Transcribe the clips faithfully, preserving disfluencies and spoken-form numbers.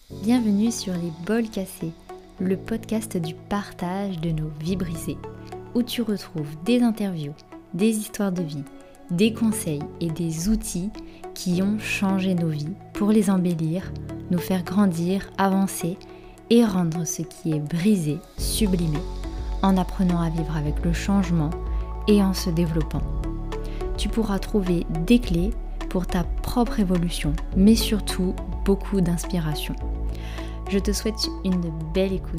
Bienvenue sur Les Bols Cassés, le podcast du partage de nos vies brisées, où tu retrouves des interviews, des histoires de vie, des conseils et des outils qui ont changé nos vies pour les embellir, nous faire grandir, avancer et rendre ce qui est brisé, sublimé, en apprenant à vivre avec le changement et en se développant. Tu pourras trouver des clés pour ta propre évolution, mais surtout beaucoup d'inspiration. Je te souhaite une belle écoute.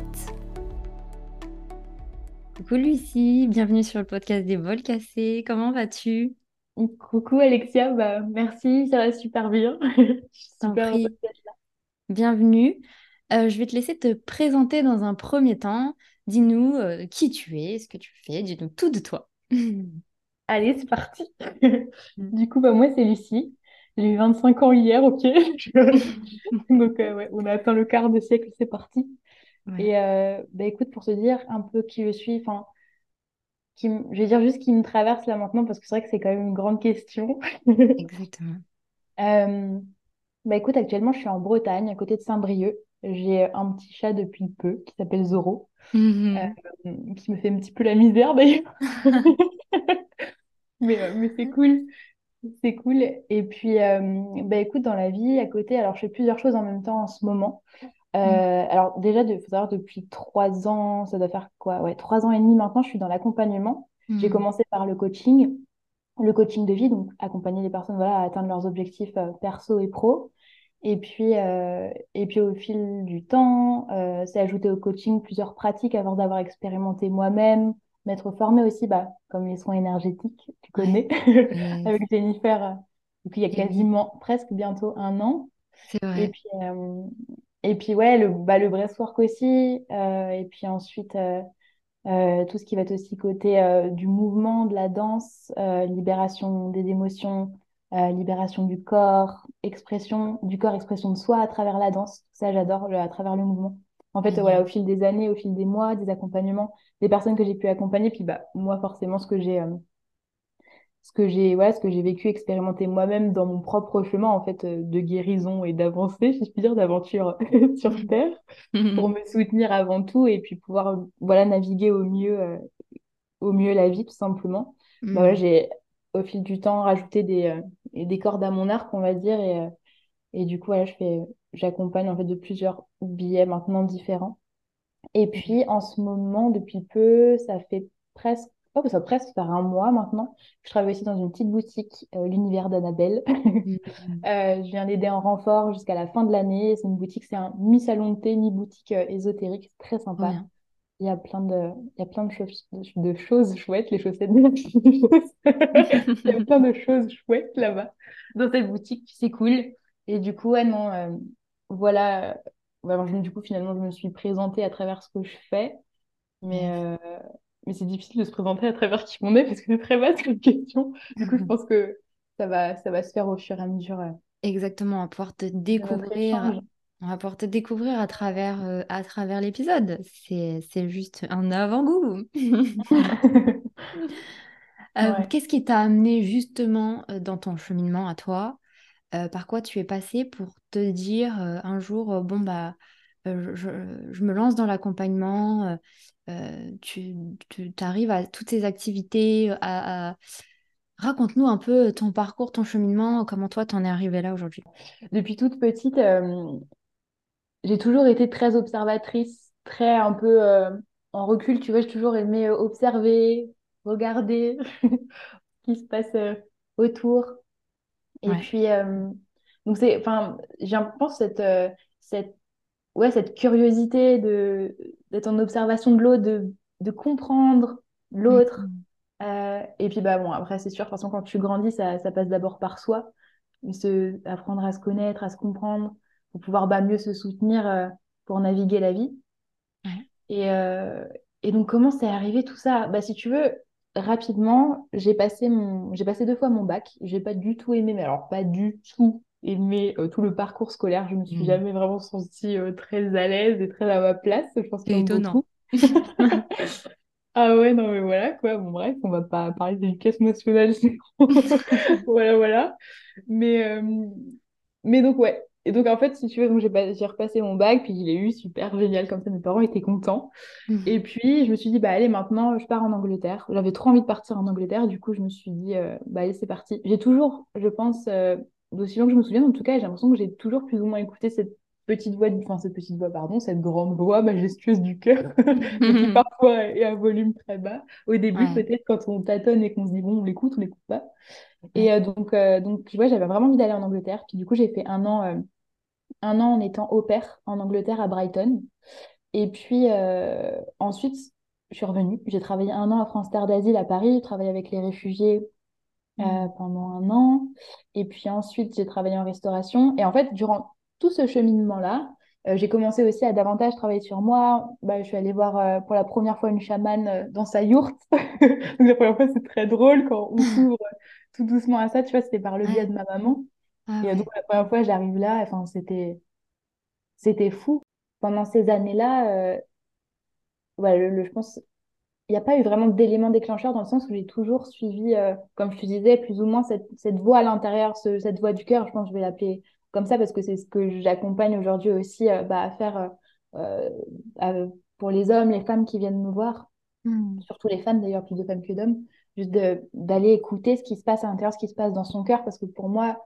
Coucou Lucie, bienvenue sur le podcast des Bols Cassés. Comment vas-tu? Coucou Alexia, bah merci, ça va super bien. Je suis T'en super heureuse prie, d'être là. bienvenue. Euh, je vais te laisser te présenter dans un premier temps. Dis-nous euh, qui tu es, ce que tu fais, dis-nous tout de toi. Allez, c'est parti. Du coup, bah moi c'est Lucie. J'ai eu vingt-cinq ans hier, ok. Donc euh, ouais, on a atteint le quart de siècle, c'est parti. Ouais, Et euh, bah écoute, pour te dire un peu qui je suis, enfin, qui m- je vais dire juste ce qui me traverse là maintenant, parce que c'est vrai que c'est quand même une grande question. exactement. Euh, Bah écoute, actuellement je suis en Bretagne, à côté de Saint-Brieuc. J'ai un petit chat depuis peu qui s'appelle Zoro, euh, Mhm. qui me fait un petit peu la misère d'ailleurs. Mais, euh, mais c'est cool, c'est cool. Et puis, euh, bah, écoute, dans la vie, à côté, alors je fais plusieurs choses en même temps en ce moment. Euh, alors déjà, il faut savoir, depuis trois ans, ça doit faire quoi? Ouais, trois ans et demi maintenant, je suis dans l'accompagnement. J'ai Mhm. commencé par le coaching, le coaching de vie, donc accompagner les personnes voilà, à atteindre leurs objectifs euh, perso et pro. Et puis, euh, et puis au fil du temps, euh, c'est ajouté au coaching plusieurs pratiques avant d'avoir expérimenté moi-même, m'être formée aussi, bah, comme les soins énergétiques, tu Ouais, connais, yes. avec Jennifer, euh, depuis il y a Et oui, quasiment presque bientôt un an. c'est Et vrai. puis, euh, et puis ouais, le, bah, le breathwork aussi. Euh, et puis ensuite, euh, euh, tout ce qui va être aussi côté euh, du mouvement, de la danse, euh, libération des émotions, euh, libération du corps, expression du corps, expression de soi à travers la danse. Ça, j'adore, le- à travers le mouvement. En fait, euh, voilà, Génial. au fil des années, au fil des mois, des accompagnements, des personnes que j'ai pu accompagner, puis bah, moi, forcément, ce que j'ai euh, ce que j'ai ouais, ce que j'ai vécu, expérimenté moi-même dans mon propre chemin, en fait, euh, de guérison et d'avancée, si je puis dire, d'aventure sur Terre, pour me soutenir avant tout et puis pouvoir, euh, voilà, naviguer au mieux. Euh, au mieux la vie, tout simplement. Bah, voilà, Mhm. j'ai, au fil du temps, rajouté des, euh, des cordes à mon arc, on va dire. Et, euh, et du coup, voilà, je fais, j'accompagne en fait de plusieurs billets maintenant différents. Et puis, en ce moment, depuis peu, ça fait presque, oh, ça va presque faire un mois maintenant, que je travaille aussi dans une petite boutique, euh, l'univers d'Annabelle. Mhm. Euh, je viens l'aider en renfort jusqu'à la fin de l'année. C'est une boutique, c'est un mi-salon de thé, mi-boutique euh, ésotérique. C'est très Trop sympa. bien. Il y a plein de, il y a plein de choses, de choses chouettes, les chaussettes de choses. Il y a plein de choses chouettes là-bas, dans cette boutique, c'est cool. Et du coup, ouais, non, euh, voilà. euh, ouais, alors, je- du coup, finalement, je me suis présentée à travers ce que je fais, mais, Yes. euh, mais c'est difficile de se présenter à travers qui on est parce que c'est très vaste comme question. Du coup, je pense que ça va, ça va se faire au fur et à mesure euh, Exactement, on va pouvoir te de notre découvrir, échange. on va pouvoir te découvrir à travers, euh, à travers l'épisode. C'est, c'est juste un avant-goût. Euh, Ouais. qu'est-ce qui t'a amené justement euh, dans ton cheminement à toi? Euh, par quoi tu es passé pour te dire euh, un jour, euh, bon, bah, euh, je, je me lance dans l'accompagnement, euh, euh, tu, tu arrives à toutes ces activités, à, à- raconte-nous un peu ton parcours, ton cheminement, comment toi t'en es arrivé là aujourd'hui. Depuis toute petite, euh, j'ai toujours été très observatrice, très un peu euh, en recul, tu vois, j'ai toujours aimé euh, observer, regarder ce qui se passe euh, autour. Et Ouais. puis, euh, donc c'est, enfin, j'ai un peu cette, euh, cette, ouais, cette curiosité de, d'être en observation de l'autre, de, de comprendre l'autre. Mhm. Euh, et puis, bah bon, après, c'est sûr, de toute façon, quand tu grandis, ça, ça passe d'abord par soi. Se, apprendre à se connaître, à se comprendre, pour pouvoir bah, mieux se soutenir euh, pour naviguer la vie. Ouais. Et, euh, et donc, comment c'est arrivé tout ça? Bah, si tu veux, rapidement, j'ai passé mon, j'ai passé deux fois mon bac. J'ai pas du tout aimé, mais alors pas du tout aimé euh, tout le parcours scolaire. Je me suis Mhm. jamais vraiment sentie euh, très à l'aise et très à ma place, je pense C'est comme étonnant. beaucoup. Ah ouais, non mais voilà quoi. Bon bref, on va pas parler d'éducation nationale, sinon. Voilà, voilà. Mais, euh, mais donc ouais. et donc, en fait, si tu veux, donc j'ai pas- j'ai repassé mon bac, puis je l'ai eu, super génial, comme ça, mes parents étaient contents. Et puis, je me suis dit, bah allez, maintenant, je pars en Angleterre. J'avais trop envie de partir en Angleterre, du coup, je me suis dit, euh, bah allez, c'est parti. J'ai toujours, je pense, euh, d'aussi longtemps que je me souviens, en tout cas, j'ai l'impression que j'ai toujours plus ou moins écouté cette petite voix, de- enfin, cette petite voix, pardon, cette grande voix majestueuse du cœur, mais qui parfois est à volume très bas. Au début, Ouais, peut-être, quand on tâtonne et qu'on se dit, bon, on l'écoute, on l'écoute pas. Et ouais. euh, donc, euh, donc, ouais, j'avais vraiment envie d'aller en Angleterre. Puis, du coup, j'ai fait un an, euh, un an en étant au pair en Angleterre à Brighton. Et puis euh, ensuite, je suis revenue. J'ai travaillé un an à France Terre d'Asile à Paris. J'ai travaillé avec les réfugiés euh, Mm. pendant un an. Et puis ensuite, j'ai travaillé en restauration. Et en fait, durant tout ce cheminement-là, euh, j'ai commencé aussi à davantage travailler sur moi. Bah, je suis allée voir euh, pour la première fois une chamane euh, dans sa yourte. Donc la première fois, c'est très drôle quand on s'ouvre tout doucement à ça. Tu vois, c'était par le biais Ouais. de ma maman. Ah Et euh, donc ouais. la première fois, j'arrive là. Enfin, c'était c'était fou. Pendant ces années-là, euh, ouais, le, le- je pense il n'y a pas eu vraiment d'élément déclencheur dans le sens où j'ai toujours suivi, euh, comme je te disais, plus ou moins cette, cette voix à l'intérieur, ce- cette voix du cœur. Je pense que je vais l'appeler comme ça parce que c'est ce que j'accompagne aujourd'hui aussi euh, bah, à faire euh, euh, à- pour les hommes, les femmes qui viennent me voir, Mm. surtout les femmes d'ailleurs, plus de femmes que d'hommes, juste de- d'aller écouter ce qui se passe à l'intérieur, ce qui se passe dans son cœur parce que pour moi,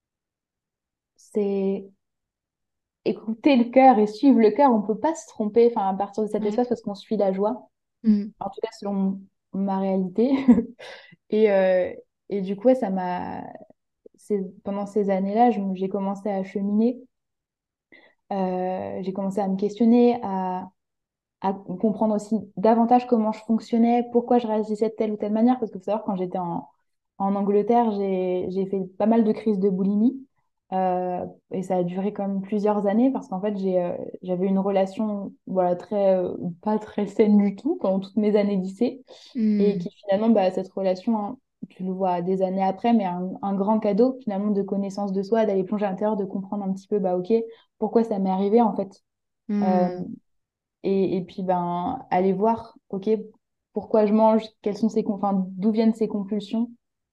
c'est écouter le cœur et suivre le cœur. On ne peut pas se tromper enfin, à partir de cet Ouais. espace parce qu'on suit la joie, Mm. en tout cas selon ma réalité. Et, euh, et du coup, ouais, ça m'a... c'est- Pendant ces années-là, je me- j'ai commencé à cheminer. Euh, j'ai commencé à me questionner, à, à comprendre aussi davantage comment je fonctionnais, pourquoi je réagissais de telle ou telle manière. Parce que faut savoir, quand j'étais en, en Angleterre, j'ai, j'ai fait pas mal de crises de boulimie. Euh, et ça a duré quand même plusieurs années parce qu'en fait, j'ai, euh, j'avais une relation voilà, très, euh, pas très saine du tout pendant toutes mes années lycée. Et Mm. qui finalement, bah, cette relation, hein, tu le vois des années après, mais un, un grand cadeau finalement de connaissance de soi, d'aller plonger à l'intérieur, de comprendre un petit peu, bah ok, pourquoi ça m'est arrivé en fait. Euh, Mm. et, et puis ben aller voir, ok, pourquoi je mange, quelles sont ces, com- enfin, d'où viennent ces compulsions.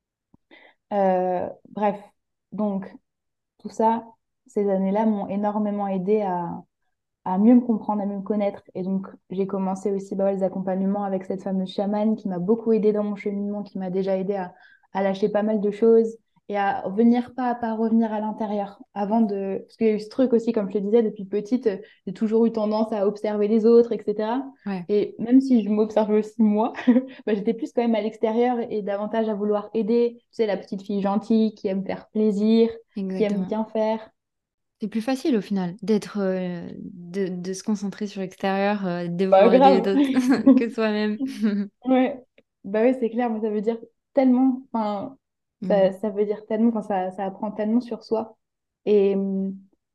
Euh, bref, donc tout ça, ces années-là m'ont énormément aidé à à mieux me comprendre, à mieux me connaître. Et donc, j'ai commencé aussi bah, ouais, les accompagnements avec cette fameuse chamane qui m'a beaucoup aidé dans mon cheminement, qui m'a déjà aidé à, à lâcher pas mal de choses et à venir pas à pas revenir à l'intérieur. Avant de... Parce qu'il y a eu ce truc aussi, comme je te disais, depuis petite, euh, j'ai toujours eu tendance à observer les autres, et cetera. Ouais. Et même si je m'observe aussi moi, bah, j'étais plus quand même à l'extérieur et davantage à vouloir aider. Tu sais, la petite fille gentille qui aime faire plaisir, qui aime Exactement. bien faire. C'est plus facile au final d'être, euh, de, de se concentrer sur l'extérieur, euh, de Pas vouloir aider les grave. autres que soi-même. Ouais, bah oui, c'est clair, mais ça veut dire tellement, enfin, ça, Mm. ça veut dire tellement, enfin, ça, ça apprend tellement sur soi. Et, hum,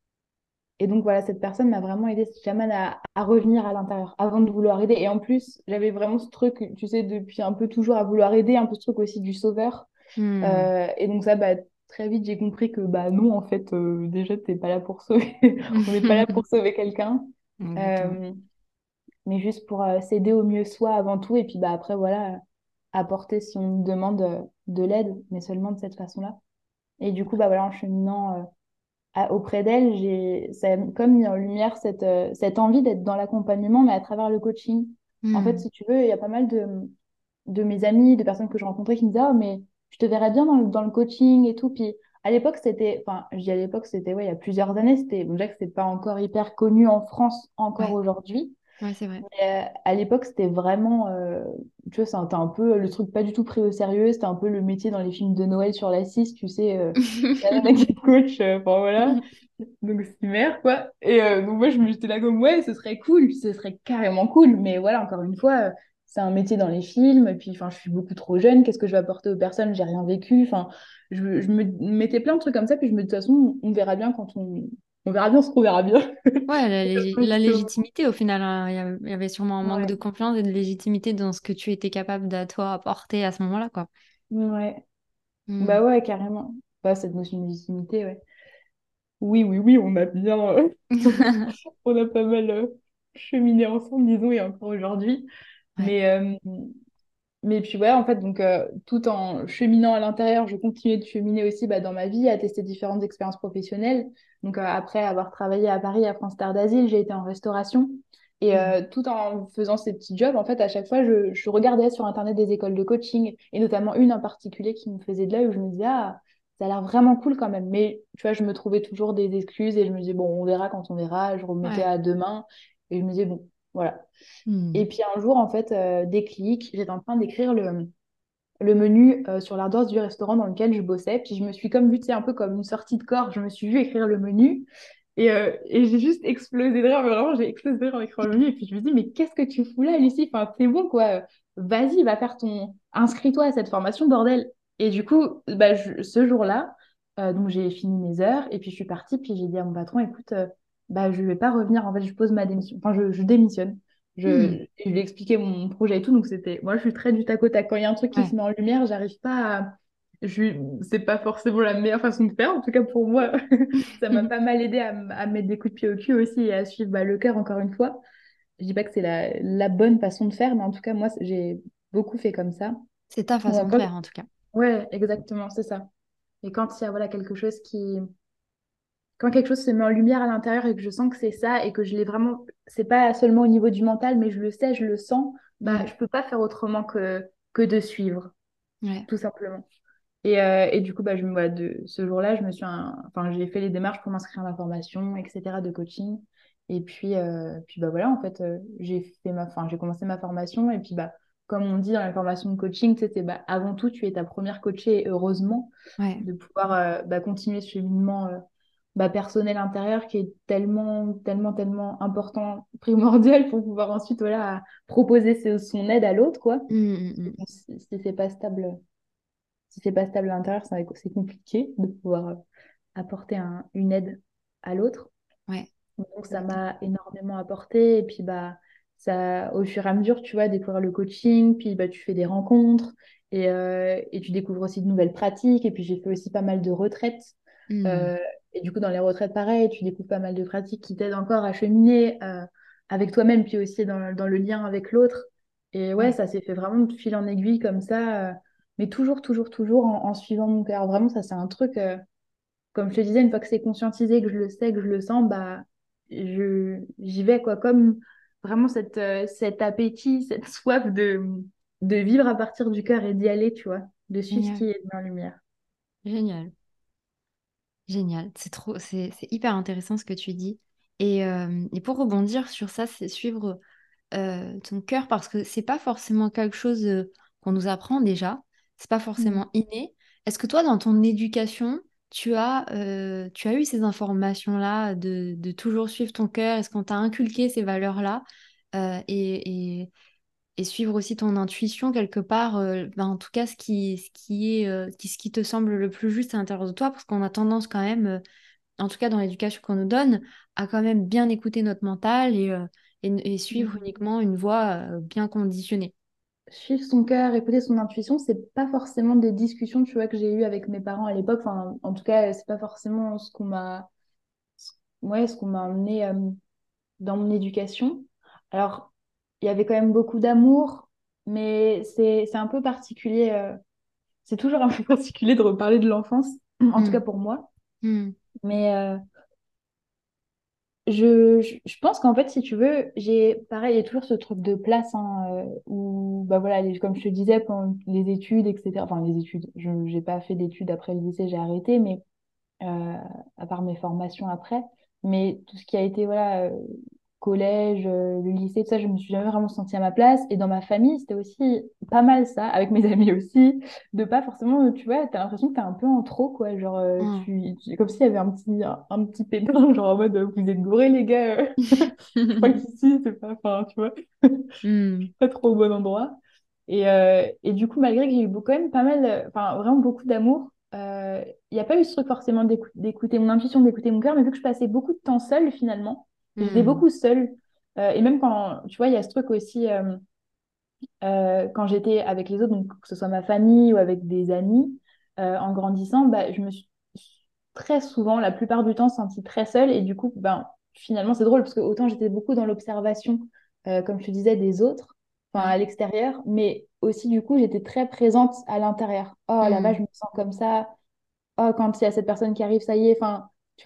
et donc, voilà, cette personne m'a vraiment aidé, cette chamane, à, à revenir à l'intérieur avant de vouloir aider. Et en plus, j'avais vraiment ce truc, tu sais, depuis un peu toujours à vouloir aider, un peu ce truc aussi du sauveur. Mm. Euh, et donc, ça, bah, très vite, j'ai compris que, bah, non, en fait, euh, déjà, t'es pas là pour sauver, on n'est pas là pour sauver quelqu'un. Exactement. Euh, mais juste pour euh, s'aider au mieux soi avant tout. Et puis bah, après, voilà, euh, apporter si on nous demande euh, de l'aide, mais seulement de cette façon-là. Et du coup, bah, voilà, en cheminant euh, à- auprès d'elle, j'ai ça a comme mis en lumière cette, euh, cette envie d'être dans l'accompagnement, mais à travers le coaching. En fait, Mm. si tu veux, il y a pas mal de, de mes amis, de personnes que je rencontrais qui me disaient, oh, mais je te verrais bien dans le, dans le coaching et tout. Puis à l'époque, c'était, enfin, je dis à l'époque, c'était, ouais, il y a plusieurs années, c'était, bon, déjà que c'était pas encore hyper connu en France encore Ouais, aujourd'hui. ouais, c'est vrai. Euh, à l'époque, c'était vraiment, euh, tu vois, c'était un peu le truc pas du tout pris au sérieux. C'était un peu le métier dans les films de Noël sur la six, tu sais, euh, la nana qui est coach, euh, enfin voilà. Donc, c'est mère, quoi. Et euh, donc, moi, je me j'étais là comme, ouais, ce serait cool, ce serait carrément cool. Mais voilà, encore une fois, euh, c'est un métier dans les films. Et puis, enfin, je suis beaucoup trop jeune. Qu'est-ce que je vais apporter aux personnes? J'ai rien vécu. Enfin, je, je me mettais plein de trucs comme ça. Puis, je me dis, de toute façon, on verra bien quand on. On verra bien ce qu'on verra bien. Ouais, la, lég- la Justement. légitimité au final, hein. Il y avait il y avait sûrement un manque de Ouais. confiance et de légitimité dans ce que tu étais capable de toi apporter à ce moment-là, quoi. Ouais. Mm. Bah ouais, carrément. Bah, cette notion de légitimité, ouais. Oui, oui, oui, on a bien, euh, on a pas mal euh, cheminé ensemble, disons, et encore aujourd'hui. Ouais. Mais, euh, mais puis ouais, en fait, donc, euh, tout en cheminant à l'intérieur, je continuais de cheminer aussi bah, dans ma vie, à tester différentes expériences professionnelles. Donc, euh, après avoir travaillé à Paris à France Terre d'Asile, j'ai été en restauration. Et Mm. euh, tout en faisant ces petits jobs, en fait, à chaque fois, je, je regardais sur Internet des écoles de coaching, et notamment une en particulier qui me faisait de l'œil, où je me disais, ah, ça a l'air vraiment cool quand même. Mais tu vois, je me trouvais toujours des excuses et je me disais, bon, on verra quand on verra. Je remettais Ouais. à demain et je me disais, bon, voilà. Et Mm. puis un jour, en fait, euh, déclic, j'étais en train d'écrire le, le menu euh, sur l'ardoise du restaurant dans lequel je bossais. Puis je me suis comme vue, tu sais, un peu comme une sortie de corps. Je me suis vue écrire le menu. Et, euh, et j'ai juste explosé de rire, mais vraiment, j'ai explosé de rire en écrivant le menu. Et puis je me dis, mais qu'est-ce que tu fous là, Lucie? Enfin, c'est bon, quoi. Vas-y, va faire ton... Inscris-toi à cette formation, bordel. Et du coup, bah, je- ce jour-là, euh, donc j'ai fini mes heures. Et puis je suis partie. Puis j'ai dit à mon patron, écoute, euh, bah, je vais pas revenir. En fait, je pose ma démission. Enfin, je, je démissionne. Je, Mm. et je lui ai expliqué mon projet et tout. Donc c'était... Moi, je suis très du tac au tac. Quand il y a un truc qui Ouais. se met en lumière, j'arrive pas à... Je... C'est pas forcément la meilleure façon de faire. En tout cas, pour moi. Ça m'a pas mal aidé à, m- à mettre des coups de pied au cul aussi et à suivre bah, le cœur encore une fois. Je dis pas que c'est la, la bonne façon de faire, mais en tout cas, moi, c'est- j'ai beaucoup fait comme ça. C'est ta Ouais, façon de quand- faire en tout cas. ouais, exactement, c'est ça. Et quand il y a voilà, quelque chose qui... Quand quelque chose se met en lumière à l'intérieur et que je sens que c'est ça et que je l'ai vraiment... C'est pas seulement au niveau du mental, mais je le sais, je le sens, bah, Mm. je peux pas faire autrement que, que de suivre, Ouais. tout simplement. Et, euh, et du coup, bah, je, me- voilà, de ce jour-là, je me suis, un- enfin, j'ai fait les démarches pour m'inscrire à la formation, et cetera, de coaching. Et puis, euh, puis bah, voilà, en fait, euh, j'ai fait ma, enfin, j'ai commencé ma formation. Et puis, bah, comme on dit dans la formation de coaching, c'était bah, avant tout, tu es ta première coachée, et heureusement, Ouais. de pouvoir euh, bah, continuer ce cheminement euh, bah, personnel intérieur qui est tellement, tellement, tellement important, primordial pour pouvoir ensuite voilà, proposer ce- son aide à l'autre, quoi. Mm, mm, Et mm. bon, si, si c'est pas stable si c'est pas stable à l'intérieur, c'est c'est compliqué de pouvoir euh, apporter un- une aide à l'autre. Ouais. Donc ça Exactement. m'a énormément apporté. Et puis bah ça, au fur et à mesure, tu vois, découvrir le coaching, puis bah tu fais des rencontres et, euh, et tu découvres aussi de nouvelles pratiques. Et puis j'ai fait aussi pas mal de retraites. Mm. Euh, et du coup, dans les retraites, pareil, tu découvres pas mal de pratiques qui t'aident encore à cheminer euh, avec toi-même, puis aussi dans, dans le lien avec l'autre. Et ouais, Ouais. ça s'est fait vraiment de fil en aiguille comme ça. euh, mais toujours, toujours, toujours en, en suivant mon cœur. Vraiment, ça, c'est un truc, euh, comme je te disais, une fois que c'est conscientisé, que je le sais, que je le sens, bah, je, j'y vais, quoi. Comme vraiment cette, euh, cet appétit, cette soif de, de vivre à partir du cœur et d'y aller, tu vois, de suivre ce Génial. qui est en lumière. Génial. Génial. C'est trop, c'est, c'est hyper intéressant ce que tu dis. Et, euh, et pour rebondir sur ça, c'est suivre euh, ton cœur parce que c'est pas forcément quelque chose euh, qu'on nous apprend déjà. C'est pas Mm. forcément inné. Est-ce que toi, dans ton éducation, tu as, euh, tu as eu ces informations-là de, de toujours suivre ton cœur? Est-ce qu'on t'a inculqué ces valeurs-là? Euh, et, et- et suivre aussi ton intuition quelque part, euh, ben, en tout cas ce qui, ce qui est, euh, qui, ce qui te semble le plus juste à l'intérieur de toi, parce qu'on a tendance quand même, euh, en tout cas dans l'éducation qu'on nous donne, à quand même bien écouter notre mental et, euh, et, et suivre Mm. uniquement une voie euh, bien conditionnée. Suivre son cœur, écouter son intuition, c'est pas forcément des discussions, tu vois, que j'ai eues avec mes parents à l'époque. Enfin, en tout cas, c'est pas forcément ce qu'on m'a, ouais, ce qu'on m'a emmené euh, dans mon éducation. Alors, il y avait quand même beaucoup d'amour, mais c'est c'est un peu particulier. euh, c'est toujours un peu particulier de reparler de l'enfance, en tout cas Hmm, pour moi. hmm, Mais euh, je, je, je pense qu'en fait, si tu veux, j'ai pareil, il y a toujours ce truc de place hein, euh, où, bah voilà, les- comme je te disais, pendant les études, et cetera. Enfin, les études, je n'ai pas fait d'études après le lycée, j'ai arrêté, mais euh, à part mes formations après. Mais tout ce qui a été voilà, euh, collège, euh, le lycée, tout ça, je me suis jamais vraiment sentie à ma place. Et dans ma famille, c'était aussi pas mal ça, avec mes amis aussi, de pas forcément, tu vois, t'as l'impression que t'es un peu en trop, quoi. Genre, euh, hmm. tu, tu- comme s'il y avait un petit, un, un petit pépin, genre en mode, euh, vous êtes gourés, les gars. euh. Je crois qu'ici, c'est pas, enfin, tu vois, Hmm, pas trop au bon endroit. Et, euh, et du coup, malgré que j'ai eu beau- quand même pas mal, euh, enfin vraiment beaucoup d'amour, euh, il n'y a pas eu ce truc forcément d'écou- d'écouter mon intuition, d'écouter mon cœur, mais vu que je passais beaucoup de temps seule finalement, j'étais hmm, beaucoup seule. Euh, et même quand, tu vois, il y a ce truc aussi, euh, euh, quand j'étais avec les autres, donc que ce soit ma famille ou avec des amis, euh, en grandissant, bah, je me suis très souvent, la plupart du temps, sentie très seule. Et du coup, ben, finalement, c'est drôle parce que autant j'étais beaucoup dans l'observation, euh, comme je te disais, des autres, enfin à ouais, l'extérieur, mais aussi du coup, j'étais très présente à l'intérieur. Oh la vache, hmm, je me sens comme ça. Oh, quand il y a cette personne qui arrive, ça y est. Enfin, tu vois, ça,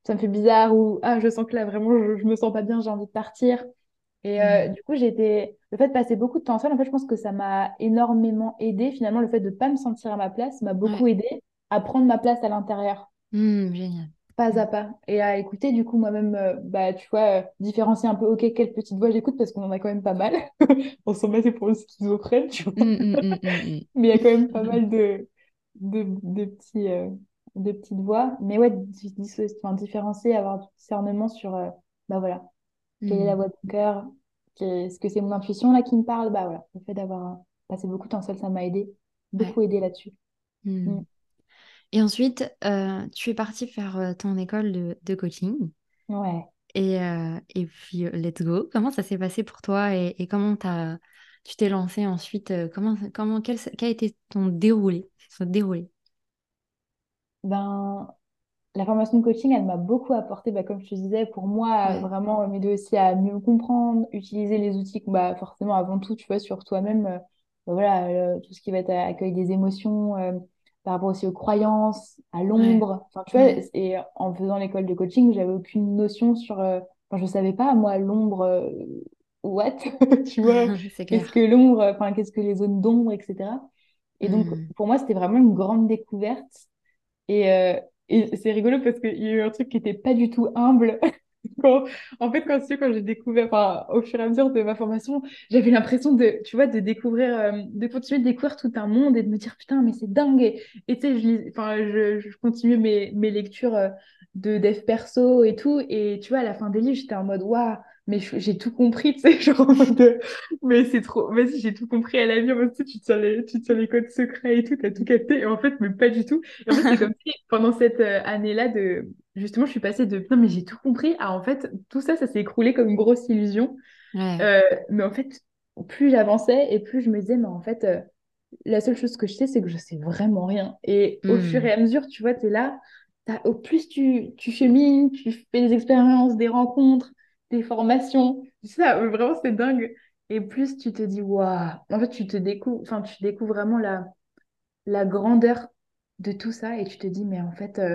ça me fait bizarre ou ah, je sens que là, vraiment, je, je me sens pas bien, j'ai envie de partir. Et euh, Hmm. du coup, j'étais... Le fait de passer beaucoup de temps seule, en fait, je pense que ça m'a énormément aidé. Finalement, le fait de pas me sentir à ma place m'a Ouais. beaucoup aidé à prendre ma place à l'intérieur, Hmm, génial. pas Hmm. à pas. Et à écouter, du coup, moi-même, euh, bah, tu vois, euh, différencier un peu, OK, quelle petite voix j'écoute, parce qu'on en a quand même pas mal. On s'en met, c'est pour le schizophrène, tu vois. Hmm, hmm, hmm, hmm, Mais il y a quand même pas mal de, de, de petits, euh, de petites voix. Mais ouais, di- dis- enfin, différencier, avoir du discernement sur, euh, bah voilà, quelle est la hmm. voix de mon cœur, est-ce que c'est mon intuition là qui me parle? Bah voilà, le fait d'avoir euh, passé beaucoup de temps seul, ça m'a aidé, Hmm. Ouais. beaucoup aidé là-dessus. Hmm. Mm. Et ensuite, euh, tu es partie faire euh, ton école de, de coaching. Ouais. Et, euh, et puis, euh, let's go. Comment ça s'est passé pour toi et, et comment t'as, tu t'es lancée ensuite euh, comment, comment, quel, quel a été ton déroulé, son déroulé? Ben, la formation de coaching, elle m'a beaucoup apporté, bah, comme je te disais, pour moi, à Ouais, vraiment m'aider aussi à mieux me comprendre, utiliser les outils, bah, forcément, avant tout, tu vois, sur toi-même, euh, bah, voilà, euh, tout ce qui va être accueil des émotions, euh, par rapport aussi aux croyances, à ouais, l'ombre. Enfin, tu vois, ouais. et en faisant l'école de coaching, j'avais aucune notion sur, euh, enfin, je savais pas, moi, l'ombre, euh, what, tu vois, C'est qu'est-ce que clair. l'ombre, enfin, qu'est-ce que les zones d'ombre, et cetera. Et donc, Hmm. pour moi, c'était vraiment une grande découverte. Et, euh, et c'est rigolo parce qu'il y a eu un truc qui était pas du tout humble. Quand- en fait, quand, tu sais, quand j'ai découvert, enfin, au fur et à mesure de ma formation, j'avais l'impression de, tu vois, de découvrir, euh, de continuer de découvrir tout un monde et de me dire, putain, mais c'est dingue. Et et tu sais, je, lis- enfin, je, je continuais mes, mes lectures euh, de dev perso et tout. Et tu vois, à la fin des livres, j'étais en mode, waouh, mais je- j'ai tout compris, tu sais, genre en mode, de, mais c'est trop, vas-y, j'ai tout compris à la vie. En mode, tu sais, tu tiens les, tu tiens les codes secrets et tout, t'as tout capté. Et en fait, mais pas du tout. Et en fait, c'est comme si pendant cette euh, année-là de justement, je suis passée de non, mais j'ai tout compris à en fait, tout ça, ça s'est écroulé comme une grosse illusion. Ouais. Euh, mais en fait, plus j'avançais et plus je me disais, mais en fait, euh, la seule chose que je sais, c'est que je sais vraiment rien. Et au fur et Hmm. à mesure, tu vois, tu es là, t'as- au plus tu, tu chemines, tu fais des expériences, des rencontres, des formations, ça, euh, vraiment, c'est dingue. Et plus tu te dis, waouh, en fait, tu te découvres, enfin, tu découvres vraiment la, la grandeur de tout ça et tu te dis, mais en fait, euh,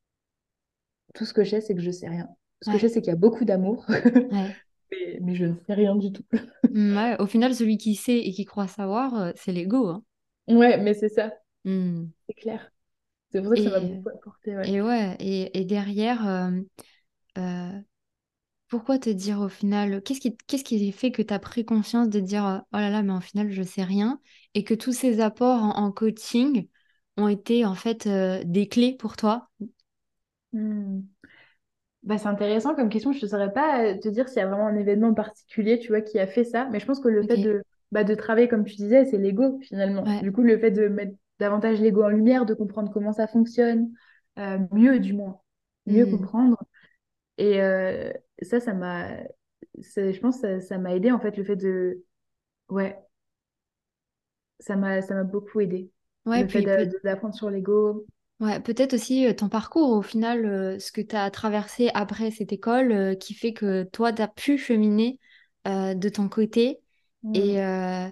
tout ce que je sais, c'est que je sais rien. Ce que je sais, Ouais, c'est qu'il y a beaucoup d'amour, ouais. mais, mais je ne sais rien du tout. Hmm, ouais. Au final, celui qui sait et qui croit savoir, euh, c'est l'ego, hein. Ouais, mais c'est ça, Hmm. c'est clair. C'est pour ça que ça m'a Et, beaucoup apporté, ouais. et ouais, et, et derrière, euh, euh, pourquoi te dire au final, qu'est-ce qui, qu'est-ce qui fait que tu as pris conscience de dire, euh, oh là là, mais au final, je sais rien, et que tous ces apports en, en coaching ont été en fait euh, des clés pour toi? Hmm. Bah, c'est intéressant comme question. Je ne saurais pas euh, te dire s'il y a vraiment un événement particulier, tu vois, qui a fait ça. Mais je pense que le fait Ok, de, bah, de travailler, comme tu disais, c'est l'ego, finalement. ouais. Du coup, le fait de mettre davantage l'ego en lumière, de comprendre comment ça fonctionne, euh, mieux du moins, mieux Hmm. comprendre. Et euh, ça, ça m'a, c'est- je pense que ça, ça m'a aidé, en fait, le fait de, ouais, ça m'a, ça m'a beaucoup aidé. Ouais, Le fait puis de- peut, de- d'apprendre sur l'ego. ouais, peut-être aussi euh, ton parcours, au final, euh, ce que tu as traversé après cette école, euh, qui fait que toi, tu as pu cheminer euh, de ton côté et, Mm, euh,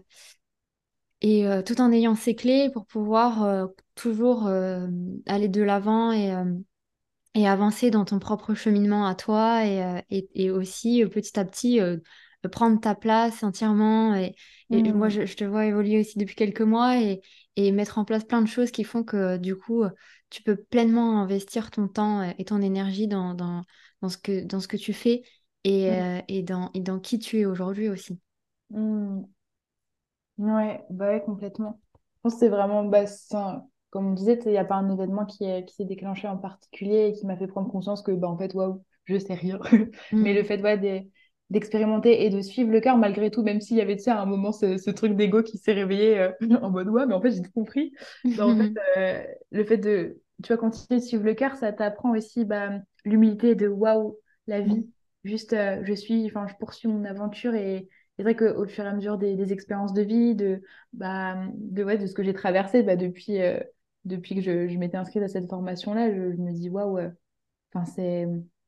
et euh, tout en ayant ces clés pour pouvoir euh, toujours euh, aller de l'avant et, euh, et avancer dans ton propre cheminement à toi et, euh, et, et aussi euh, petit à petit euh, prendre ta place entièrement. Et, et moi, mm, je, je te vois évoluer aussi depuis quelques mois et, et mettre en place plein de choses qui font que du coup, euh, tu peux pleinement investir ton temps euh, et ton énergie dans, dans, dans ce que, dans ce que tu fais et, mm, euh, et dans, et dans qui tu es aujourd'hui aussi. mm. Ouais, bah ouais, complètement. Je pense que c'est vraiment, bah, c'est un- comme on disait, tu sais, il n'y a pas un événement qui est- qui s'est déclenché en particulier et qui m'a fait prendre conscience que, bah, en fait, waouh, je sais rien. Mais le Mm. fait, ouais, d'e- d'expérimenter et de suivre le cœur malgré tout, même s'il y avait, tu sais, à un moment ce, ce truc d'ego qui s'est réveillé euh, en mode, ouais, mais en fait, j'ai tout compris. Bah, en fait, euh, le fait de, tu vois, continuer de suivre le cœur, ça t'apprend aussi, bah, l'humilité de, waouh, la vie. Juste, euh, je suis, enfin, je poursuis mon aventure et c'est vrai qu'au fur et à mesure des, des expériences de vie, de, bah, de, ouais, de ce que j'ai traversé bah, depuis, euh, depuis que je, je m'étais inscrite à cette formation-là, je, je me dis, waouh, euh, enfin, c'est.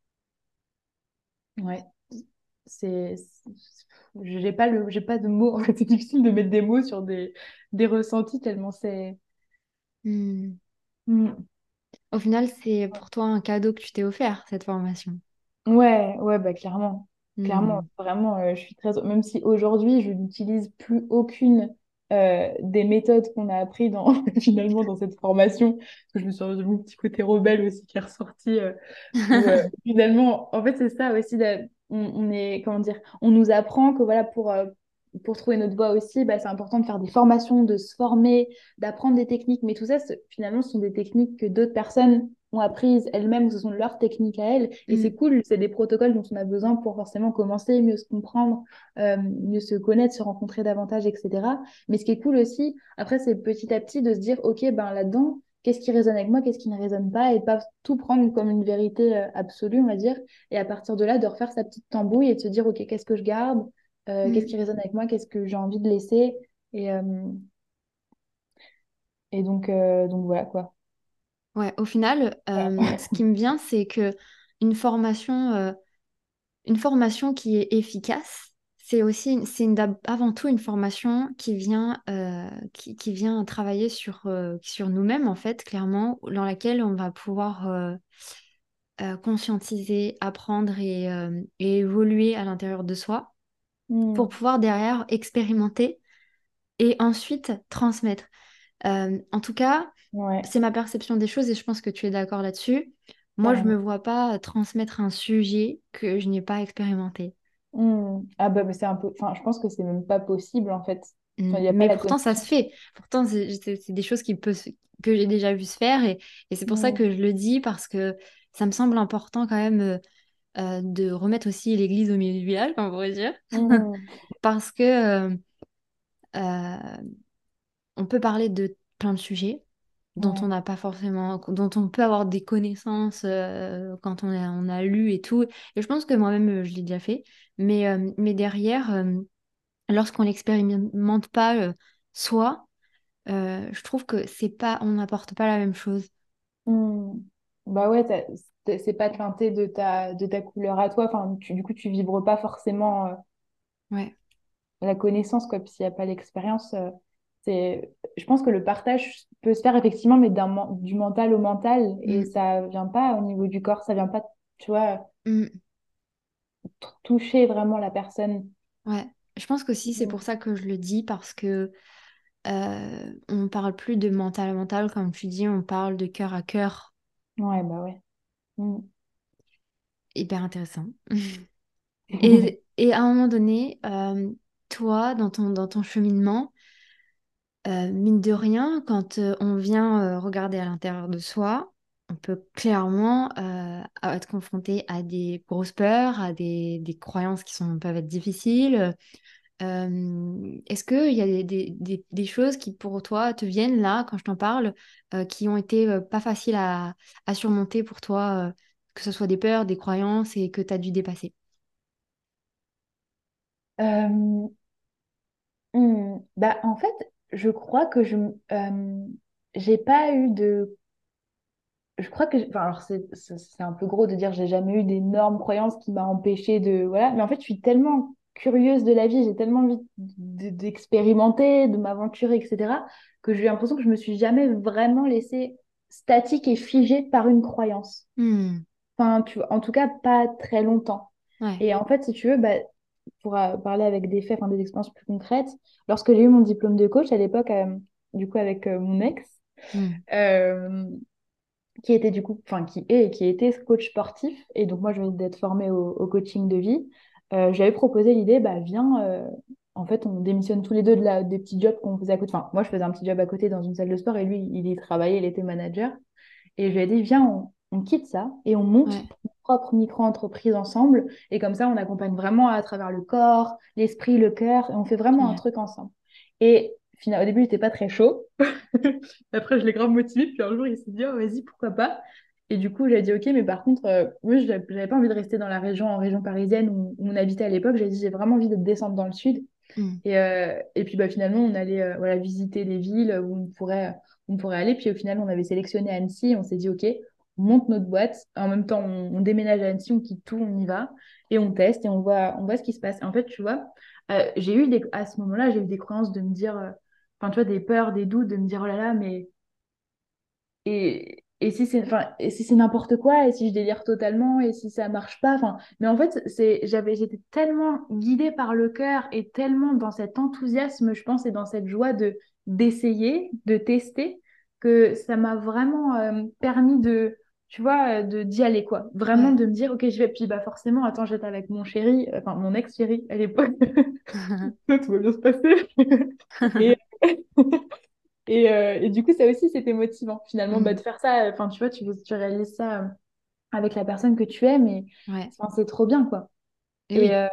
Ouais, c'est. c'est- J'ai pas le, j'ai pas de mots. En fait, c'est difficile de mettre des mots sur des, des ressentis tellement c'est. Mm. Mm. Au final, c'est pour toi un cadeau que tu t'es offert, cette formation. Ouais, ouais, bah clairement. Clairement, Hmm. vraiment, euh, je suis très... Même si aujourd'hui, je n'utilise plus aucune euh, des méthodes qu'on a appris dans, finalement dans cette formation, parce que je me suis rendu mon petit côté rebelle aussi qui est ressorti, euh, où euh, finalement, en fait, c'est ça aussi, la- on, on est, comment dire, on nous apprend que voilà, pour, euh, pour trouver notre voie aussi, bah, c'est important de faire des formations, de se former, d'apprendre des techniques, mais tout ça, c'est- finalement, ce sont des techniques que d'autres personnes ont apprises elles-mêmes, ou ce sont leurs techniques à elles, et Hmm. c'est cool, c'est des protocoles dont on a besoin pour forcément commencer, mieux se comprendre, euh, mieux se connaître, se rencontrer davantage, et cetera. Mais ce qui est cool aussi, après, c'est petit à petit de se dire, OK, ben là-dedans, qu'est-ce qui résonne avec moi, qu'est-ce qui ne résonne pas, et pas tout prendre comme une vérité euh, absolue, on va dire, et à partir de là, de refaire sa petite tambouille et de se dire, OK, qu'est-ce que je garde, euh, qu'est-ce qui Hmm. résonne avec moi, qu'est-ce que j'ai envie de laisser, et, euh, et donc, euh, donc voilà quoi. Ouais, au final, euh, ce qui me vient, c'est que une formation, euh, une formation qui est efficace, c'est aussi, une- c'est une- d'ab- avant tout une formation qui vient, euh, qui, qui vient travailler sur, euh, sur nous-mêmes, en fait, clairement, dans laquelle on va pouvoir euh, euh, conscientiser, apprendre et, euh, et évoluer à l'intérieur de soi pour Hmm, pouvoir derrière expérimenter et ensuite transmettre. Euh, en tout cas, ouais. c'est ma perception des choses et je pense que tu es d'accord là-dessus. Moi, je me Carrément. vois pas transmettre un sujet que je n'ai pas expérimenté. Hmm. Ah bah, mais c'est un peu, enfin, je pense que c'est même pas possible en fait. Mm. Enfin, il n'y a pas Mais la pourtant, ça se connaissance. fait. Pourtant, c'est c'est- c'est des choses qui peut se- que j'ai déjà vu se faire et, et c'est pour ça Hmm. que je le dis parce que ça me semble important quand même euh, euh, de remettre aussi l'église au milieu du village, on pourrait dire. Hmm. Parce que euh, euh, on peut parler de plein de sujets dont on Ouais. n'a pas forcément, dont on peut avoir des connaissances euh, quand on a, on a lu et tout. Et je pense que moi-même, euh, je l'ai déjà fait. Mais, euh, mais derrière, euh, lorsqu'on l'expérimente pas euh, soi, euh, je trouve que c'est pas, on n'apporte pas la même chose. Hmm. Bah ouais, t'as- c'est c'est pas teinté de ta, de ta couleur à toi. Enfin, tu- du coup, tu vibres pas forcément euh, Ouais. la connaissance, quoi. Puis s'il n'y a pas l'expérience, euh, c'est... je pense que le partage peut se faire effectivement, mais d'un, men- du mental au mental. Et Mm. ça vient pas au niveau du corps, ça vient pas, tu vois, Mm. t- toucher vraiment la personne. Ouais. Je pense qu'aussi c'est pour Hmm. ça que je le dis parce que euh, on parle plus de mental à mental, comme tu dis, on parle de cœur à cœur. Ouais, bah ouais. Hmm. Hyper intéressant. Et, et à un moment donné, euh, toi, dans ton, dans ton cheminement, euh, mine de rien, quand euh, on vient euh, regarder à l'intérieur de soi, on peut clairement euh, être confronté à des grosses peurs, à des, des croyances qui sont, peuvent être difficiles. Euh, est-ce qu'il y a des, des, des- des choses qui, pour toi, te viennent là, quand je t'en parle, euh, qui ont été euh, pas faciles à, à surmonter pour toi, euh, que ce soit des peurs, des croyances et que tu as dû dépasser? Euh, hmm. Bah, en fait, je crois que je, m- euh, j'ai pas eu de je crois que, enfin, alors c'est c'est- c'est un peu gros de dire j'ai jamais eu d'énormes croyances qui m'a empêché de, voilà, mais en fait, je suis tellement curieuse de la vie, j'ai tellement envie de- d'expérimenter, de m'aventurer, et cetera, que j'ai l'impression que je me suis jamais vraiment laissée statique et figée par une croyance. Hmm. Enfin, tu vois, en tout cas, pas très longtemps. Ouais. Et en fait, si tu veux, bah, pour euh, parler avec des faits, enfin, des expériences plus concrètes, lorsque j'ai eu mon diplôme de coach à l'époque, euh, du coup, avec euh, mon ex, Hmm. euh, qui était du coup, enfin qui est et qui était coach sportif. Et donc moi, je venais d'être formée au, au coaching de vie. Euh, j'avais proposé l'idée, bah viens, euh, en fait, on démissionne tous les deux de la, des petits jobs qu'on faisait à côté. Enfin, moi, je faisais un petit job à côté dans une salle de sport et lui, il y travaillait, il était manager. Et je lui ai dit, viens, on, on quitte ça et on monte Ouais. notre propre micro-entreprise ensemble. Et comme ça, on accompagne vraiment à travers le corps, l'esprit, le cœur, et on fait vraiment un Ouais. truc ensemble. Et finalement, au début, il n'était pas très chaud. Après, je l'ai grave motivé. Puis un jour, il s'est dit, oh, vas-y, pourquoi pas. Et du coup, j'ai dit, OK, mais par contre, euh, moi, je n'avais pas envie de rester dans la région, en région parisienne où, où on habitait à l'époque. J'ai dit, j'ai vraiment envie de descendre dans le sud. Hmm. Et, euh, et puis bah, finalement, on allait euh, voilà, visiter les villes où on pourrait, on pourrait aller. Puis au final, on avait sélectionné Annecy. On s'est dit, OK, on monte notre boîte. En même temps, on, on déménage à Annecy, on quitte tout, on y va. Et on teste et on voit, on voit ce qui se passe. Et en fait, tu vois, euh, j'ai eu des, à ce moment-là, j'ai eu des croyances de me dire, euh, enfin, tu vois, des peurs, des doutes, de me dire, oh là là, mais. Et, et si c'est, enfin, et si c'est n'importe quoi, et si je délire totalement, et si ça marche pas, enfin, mais en fait, c'est, j'avais, j'étais tellement guidée par le cœur et tellement dans cet enthousiasme, je pense, et dans cette joie de d'essayer, de tester, que ça m'a vraiment euh, permis de, tu vois, euh, de d'y aller, quoi. Vraiment Ouais. de me dire, ok, je vais, puis bah forcément, attends, j'étais avec mon chéri, euh, enfin mon ex-chéri à l'époque, tout va bien se passer. Et Et, euh, et du coup, ça aussi, c'était motivant, finalement, bah, Mm. de faire ça. Enfin, tu vois, tu, tu réalises ça euh, avec la personne que tu aimes et Ouais. enfin, c'est trop bien, quoi. Et Et oui. euh,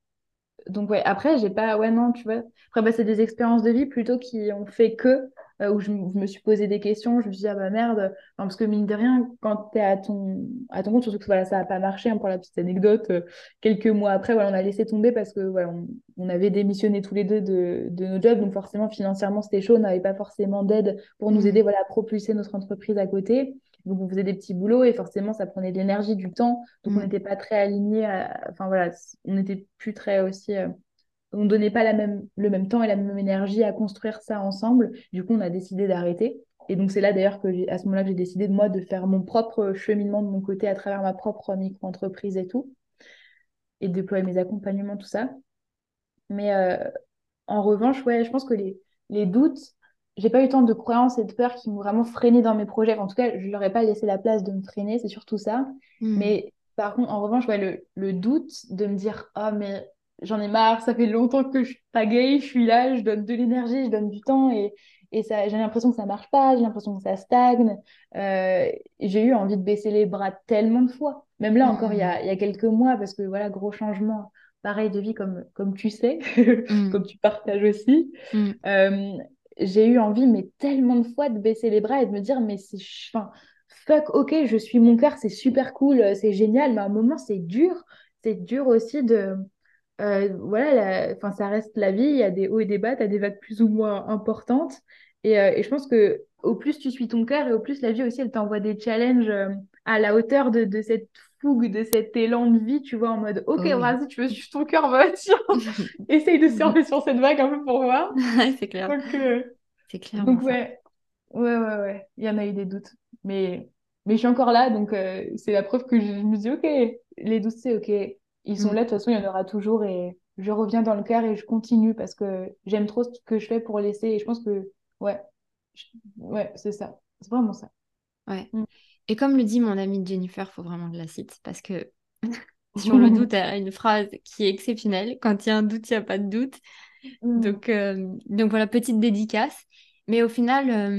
donc, ouais, après, j'ai pas. Ouais, non, tu vois. Après, bah, c'est des expériences de vie plutôt qui ont fait que, euh, où je, m- je me suis posé des questions. Je me suis dit, ah bah merde. Enfin, parce que mine de rien, quand t'es à ton, à ton compte, surtout que voilà, ça n'a pas marché, hein, pour la petite anecdote, euh, quelques mois après, voilà, on a laissé tomber parce que voilà, on, on avait démissionné tous les deux de, de nos jobs. Donc, forcément, financièrement, c'était chaud. On n'avait pas forcément d'aide pour nous aider Mm. voilà, à propulser notre entreprise à côté. Donc, on faisait des petits boulots et forcément, ça prenait de l'énergie, du temps. Donc, on Mm. n'était pas très alignés. à- Enfin, voilà, on n'était plus très aussi. euh, on ne donnait pas la même, le même temps et la même énergie à construire ça ensemble. Du coup, on a décidé d'arrêter. Et donc, c'est là d'ailleurs que j'ai, à ce moment-là, que j'ai décidé de moi de faire mon propre cheminement de mon côté à travers ma propre micro-entreprise et tout, et de déployer mes accompagnements, tout ça. Mais euh, en revanche, ouais, je pense que les, les doutes, j'ai pas eu tant de croyances et de peurs qui m'ont vraiment freiné dans mes projets. En tout cas, je leur ai pas laissé la place de me freiner, c'est surtout ça. Mm. Mais par contre, en revanche, ouais, le, le doute de me dire, oh, mais j'en ai marre, ça fait longtemps que je pagaille, je suis là, je donne de l'énergie, je donne du temps et, et ça, j'ai l'impression que ça marche pas, j'ai l'impression que ça stagne. Euh, j'ai eu envie de baisser les bras tellement de fois. Même là, encore il y Mm. a, il y a quelques mois, parce que voilà, gros changement, pareil de vie comme, comme tu sais. Mm. Comme tu partages aussi. Mm. Euh, j'ai eu envie, mais tellement de fois, de baisser les bras et de me dire, mais c'est, ch- enfin, fuck, ok, je suis mon cœur, c'est super cool, euh, c'est génial, mais à un moment, c'est dur. C'est dur aussi de, euh, voilà, la- enfin, ça reste la vie, il y a des hauts et des bas, tu as des vagues plus ou moins importantes. Et, euh, et je pense que au plus tu suis ton cœur et au plus la vie aussi, elle t'envoie des challenges euh, à la hauteur de, de cette fougue, de cet élan de vie, tu vois, en mode, ok, Oh oui. vas-y, tu veux suivre ton cœur, bah, tiens, essaye de surfer sur cette vague un peu pour voir. C'est clair. Donc, euh, C'est clairement donc ça. ouais, ouais, ouais, ouais, il y en a eu des doutes. Mais, mais je suis encore là, donc euh, c'est la preuve que je, je me dis, ok, les doutes, c'est ok. Ils sont Mm. là, de toute façon, il y en aura toujours et je reviens dans le cœur et je continue parce que j'aime trop ce que je fais pour laisser. Et je pense que, ouais, je- ouais, c'est ça. C'est vraiment ça. Ouais. Mm. Et comme le dit mon amie Jennifer, faut vraiment que je la cite parce que sur le doute, elle a une phrase qui est exceptionnelle. Quand il y a un doute, il n'y a pas de doute. Mm. Donc, euh, donc voilà, petite dédicace. Mais au final, euh,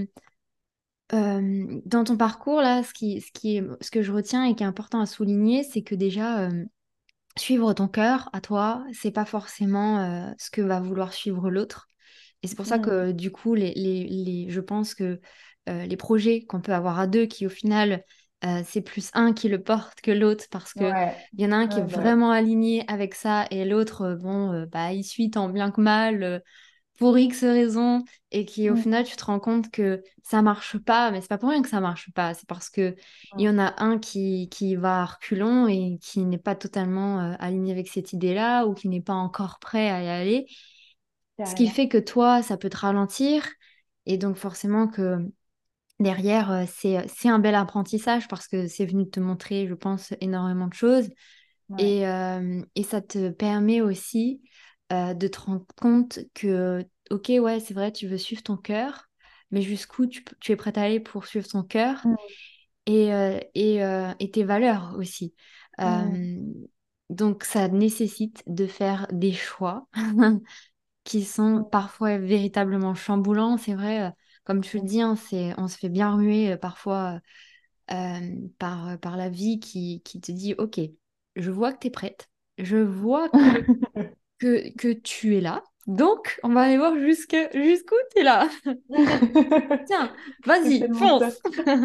euh, dans ton parcours, là, ce qui, ce qui est, ce que je retiens et qui est important à souligner, c'est que déjà, euh, suivre ton cœur à toi, c'est pas forcément euh, ce que va vouloir suivre l'autre. Et c'est pour ça Mm. que du coup, les, les, les- je pense que euh, les projets qu'on peut avoir à deux, qui au final, euh, c'est plus un qui le porte que l'autre, parce que Ouais, il y en a un qui est ouais, bah ouais. vraiment aligné avec ça, et l'autre, euh, bon, euh, bah, il suit tant bien que mal, euh, pour X raisons, et qui au Mm. final, tu te rends compte que ça marche pas, mais c'est pas pour rien que ça marche pas, c'est parce que il y Mm. en a un qui, qui va à reculons et qui n'est pas totalement euh, aligné avec cette idée-là, ou qui n'est pas encore prêt à y aller. Ce qui Carrément. fait que toi, ça peut te ralentir. Et donc forcément que derrière, euh, c'est, c'est un bel apprentissage parce que c'est venu te montrer, je pense, énormément de choses. Ouais. Et, euh, et ça te permet aussi euh, de te rendre compte que, ok, ouais, c'est vrai, tu veux suivre ton cœur, mais jusqu'où tu, tu es prête à aller pour suivre ton cœur Mm. et, euh, et, euh, et tes valeurs aussi. Mm. Euh, donc ça nécessite de faire des choix qui sont parfois véritablement chamboulants. C'est vrai, euh, comme tu le Mm. dis, hein, c'est, on se fait bien ruer euh, parfois euh, par, euh, par la vie qui, qui te dit, OK, je vois que tu es prête, je vois que, que, que tu es là, donc on va aller voir jusque, jusqu'où tu es là. Tiens, C'est vas-y, tellement ça. fonce.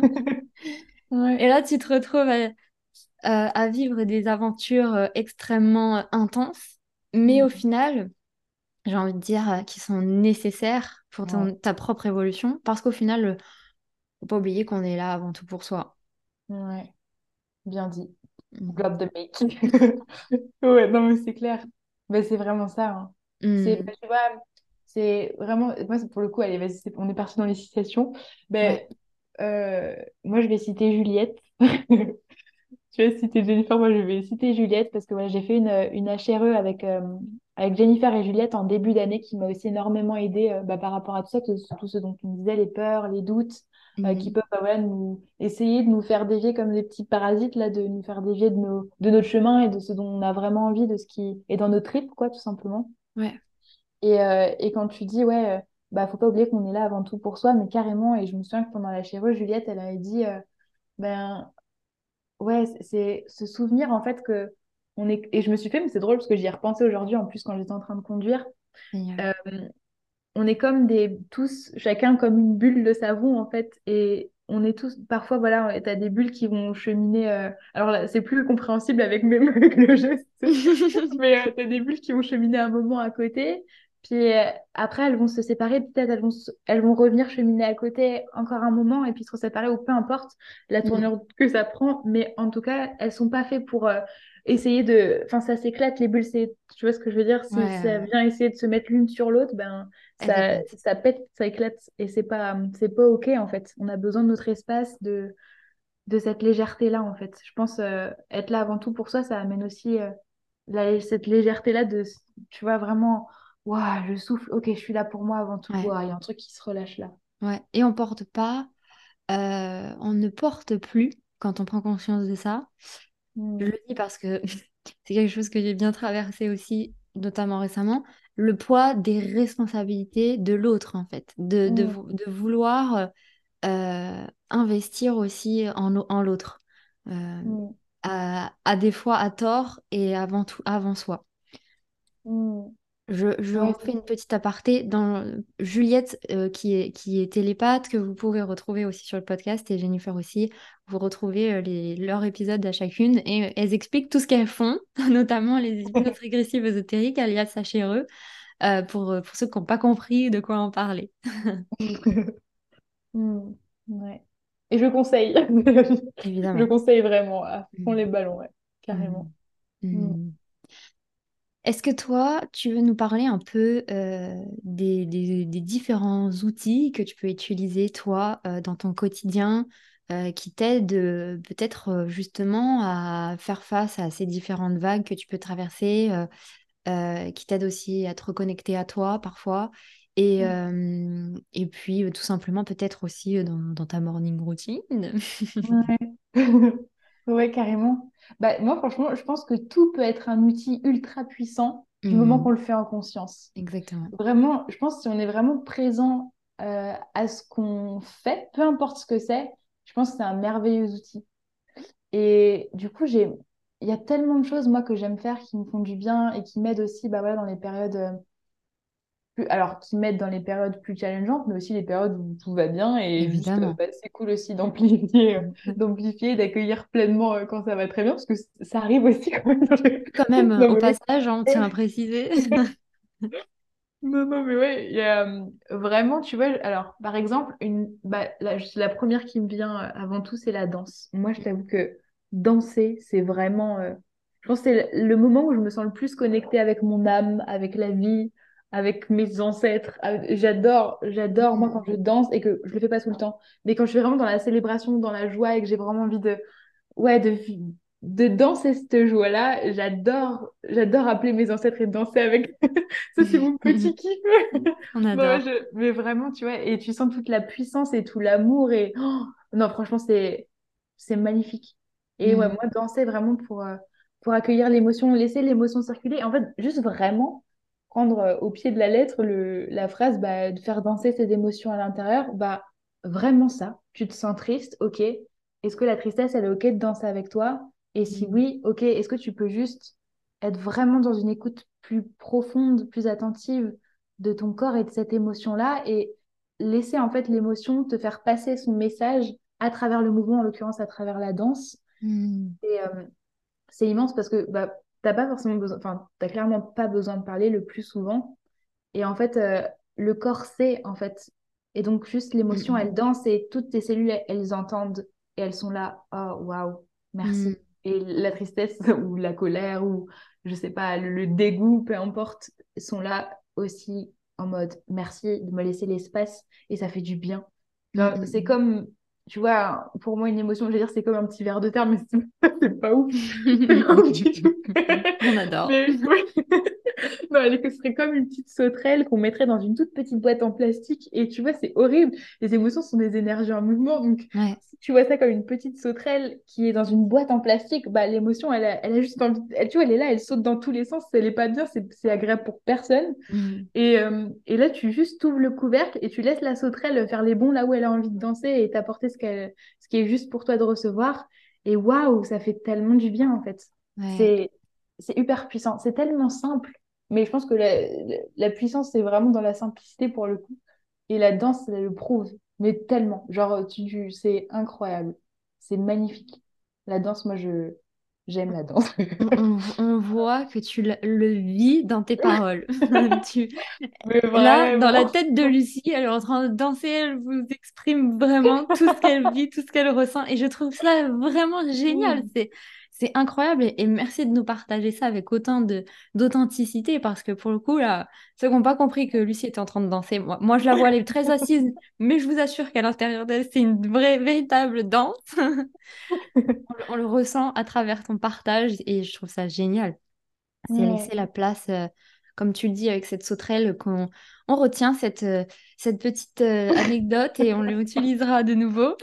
Et Ouais. là, tu te retrouves à, à- à vivre des aventures euh, extrêmement euh, intenses, mais au Mm. final, j'ai envie de dire, euh, qui sont nécessaires pour Ouais. ton- ta propre évolution, parce qu'au final, euh, faut pas oublier qu'on est là avant tout pour soi. Ouais. Bien dit. Mm. Drop the mic. Ouais, non, mais c'est clair. Ben, c'est vraiment ça, hein. C'est, Mm. ben, tu vois, c'est vraiment, moi, c'est pour le coup, allez, vas-y, c'est- on est parti dans les citations. Ben, Ouais. euh, moi, je vais citer Juliette. Tu vas citer Jennifer, moi je vais citer Juliette parce que voilà, j'ai fait une, une H R E avec, euh, avec Jennifer et Juliette en début d'année qui m'a aussi énormément aidée euh, bah, par rapport à tout ça, tout, tout ce dont tu me disais, les peurs, les doutes, euh, qui Mhm. peuvent bah, voilà, nous essayer de nous faire dévier comme des petits parasites, là, de nous faire dévier de, nos, de notre chemin et de ce dont on a vraiment envie, de ce qui est dans nos tripes, quoi, tout simplement. Ouais, Et, euh, et quand tu dis, ouais, euh, bah, faut pas oublier qu'on est là avant tout pour soi, mais carrément, et je me souviens que pendant la H R E, Juliette, elle avait dit, euh, ben, ouais, c'est c'est se souvenir en fait que on est et je me suis fait, mais c'est drôle parce que j'y ai repensé aujourd'hui en plus quand j'étais en train de conduire. génial. Euh, on est comme des tous chacun comme une bulle de savon en fait et on est tous parfois voilà, t'as des bulles qui vont cheminer. euh, Alors là, c'est plus compréhensible avec même avec le geste, mais euh, t'as des bulles qui vont cheminer un moment à côté. Puis euh, après, elles vont se séparer, peut-être elles vont, se- elles vont revenir cheminer à côté encore un moment et puis se séparer ou peu importe la Mhm. tournure que ça prend. Mais en tout cas, elles sont pas faites pour euh, essayer de. Enfin, ça s'éclate, les bulles, c'est... tu vois ce que je veux dire? Ouais, Si ouais, ça ouais. vient essayer de se mettre l'une sur l'autre, ben Elle ça, éclate. ça pète, ça éclate et c'est pas, c'est pas OK en fait. On a besoin de notre espace, de, de cette légèreté-là en fait. Je pense euh, être là avant tout pour soi, ça amène aussi euh, la- cette légèreté-là de, tu vois, vraiment, waouh, je souffle, ok, je suis là pour moi avant tout. Ouais, Waouh, il y a un truc qui se relâche là. ouais. Et on porte pas, euh, on ne porte plus, quand on prend conscience de ça, je Mm. le dis parce que c'est quelque chose que j'ai bien traversé aussi, notamment récemment, le poids des responsabilités de l'autre, en fait, de, de, Mm. vou- de vouloir euh, investir aussi en, au- en l'autre, euh, Mm. à, à des fois à tort et avant tout avant soi. Mm. Je, je Ouais, refais une petite aparté dans Juliette, euh, qui est, qui est télépathe, que vous pouvez retrouver aussi sur le podcast, et Jennifer aussi. Vous retrouvez euh, les, leurs épisodes à chacune et euh, elles expliquent tout ce qu'elles font, notamment les hypnoses régressives ésotériques, alias H R E, euh, pour, euh, pour ceux qui n'ont pas compris de quoi en parler. Mm. Ouais. Et je conseille. Je Évidemment. conseille vraiment à fond Mm. les ballons, ouais, carrément. Mm. Mm. Mm. Est-ce que toi, tu veux nous parler un peu euh, des, des- des différents outils que tu peux utiliser, toi, euh, dans ton quotidien, euh, qui t'aident euh, peut-être euh, justement à faire face à ces différentes vagues que tu peux traverser, euh, euh, qui t'aident aussi à te reconnecter à toi parfois, et, euh, et puis euh, tout simplement peut-être aussi euh, dans, dans ta morning routine. Ouais. Ouais, carrément. Bah, moi, franchement, je pense que tout peut être un outil ultra puissant du moment Hmm, qu'on le fait en conscience. exactement. Vraiment, je pense que si on est vraiment présent euh, à ce qu'on fait, peu importe ce que c'est, je pense que c'est un merveilleux outil. Et du coup, j'ai, il y a tellement de choses, moi, que j'aime faire qui me font du bien et qui m'aident aussi bah, voilà, dans les périodes euh, plus- alors qui m'aident dans les périodes plus challengeantes, mais aussi les périodes où tout va bien et juste, euh, Évidemment. bah, c'est cool aussi d'amplifier, euh, d'amplifier, d'accueillir pleinement euh, quand ça va très bien, parce que c- ça arrive aussi quand même dans les, Quand même, euh, dans au les passage, hein, on tient à moments. préciser. Non, non, mais ouais, il y a euh, vraiment, tu vois, alors, par exemple, une, bah, la, la première qui me vient euh, avant tout, c'est la danse. Moi, je t'avoue que danser, c'est vraiment, euh, je pense que c'est le le moment où je me sens le plus connectée avec mon âme, avec la vie, avec mes ancêtres. avec- J'adore, j'adore, moi, quand je danse, et que je le fais pas tout le temps, mais quand je suis vraiment dans la célébration, dans la joie, et que j'ai vraiment envie de, ouais, de, de danser cette joie-là, j'adore, j'adore appeler mes ancêtres et danser avec. Ça, c'est mon petit kiff. On Non, ouais, adore. je- mais vraiment, tu vois, et tu sens toute la puissance et tout l'amour et oh, non, franchement, c'est c'est magnifique. Et ouais, Mm, moi, danser vraiment pour euh, pour accueillir l'émotion, laisser l'émotion circuler. En fait, juste vraiment prendre euh, au pied de la lettre le la phrase bah, de faire danser ses émotions à l'intérieur, bah vraiment ça. Tu te sens triste, ok. Est-ce que la tristesse, elle est ok de danser avec toi? Et si mm, oui, ok, est-ce que tu peux juste être vraiment dans une écoute plus profonde, plus attentive de ton corps et de cette émotion-là et laisser en fait l'émotion te faire passer son message à travers le mouvement, en l'occurrence à travers la danse. mm, Et euh, c'est immense parce que bah, t'as pas forcément besoin, enfin, t'as clairement pas besoin de parler le plus souvent. Et en fait, euh, le corps sait, en fait. Et donc, juste l'émotion, mm, elle danse et toutes tes cellules, elles, elles entendent et elles sont là. Oh, waouh, mm, merci. Et la tristesse ou la colère ou, je sais pas, le, le dégoût, peu importe, sont là aussi en mode merci de me laisser l'espace et ça fait du bien. mm, Genre, mm, c'est mm. comme, tu vois, pour moi, une émotion, je veux dire, c'est comme un petit verre de terre, mais c'est c'est pas ouf. C'est pas ouf du tout. On adore. Mais ouais. Non, elle est- ce serait comme une petite sauterelle qu'on mettrait dans une toute petite boîte en plastique. Et tu vois, c'est horrible. Les émotions sont des énergies en mouvement. Donc, Ouais. si tu vois ça comme une petite sauterelle qui est dans une boîte en plastique, bah, l'émotion, elle a, elle a juste envie. Elle, tu vois, elle est là, elle saute dans tous les sens. Si elle est pas bien, c'est c'est agréable pour personne. Mm. Et, euh, et là, tu juste ouvres le couvercle et tu laisses la sauterelle faire les bonds là où elle a envie de danser et t'apporter ce qu'elle, ce qui est juste pour toi de recevoir. Et waouh, ça fait tellement du bien en fait. Ouais. C'est, c'est hyper puissant. C'est tellement simple. Mais je pense que la, la, la puissance, c'est vraiment dans la simplicité pour le coup. Et la danse, elle le prouve. Mais tellement. Genre, tu, tu- c'est incroyable. C'est magnifique. La danse, moi, je, j'aime la danse. On, on- on voit que tu le, le vis dans tes paroles. Tu, Mais là, dans la vraiment. tête de Lucie, elle est en train de danser, elle vous exprime vraiment tout ce qu'elle vit, tout ce qu'elle ressent. Et je trouve ça vraiment génial. Oui. C'est, c'est incroyable. Et, et merci de nous partager ça avec autant de, d'authenticité. Parce que pour le coup, là, ceux qui n'ont pas compris que Lucie était en train de danser, moi, moi je la vois, elle est très assise. Mais je vous assure qu'à l'intérieur d'elle, c'est une vraie, véritable danse. On, le on le ressent à travers ton partage. Et je trouve ça génial. C'est Ouais. laisser la place, euh, comme tu le dis, avec cette sauterelle, qu'on on retient cette, euh, cette petite euh, anecdote et on l'utilisera de nouveau.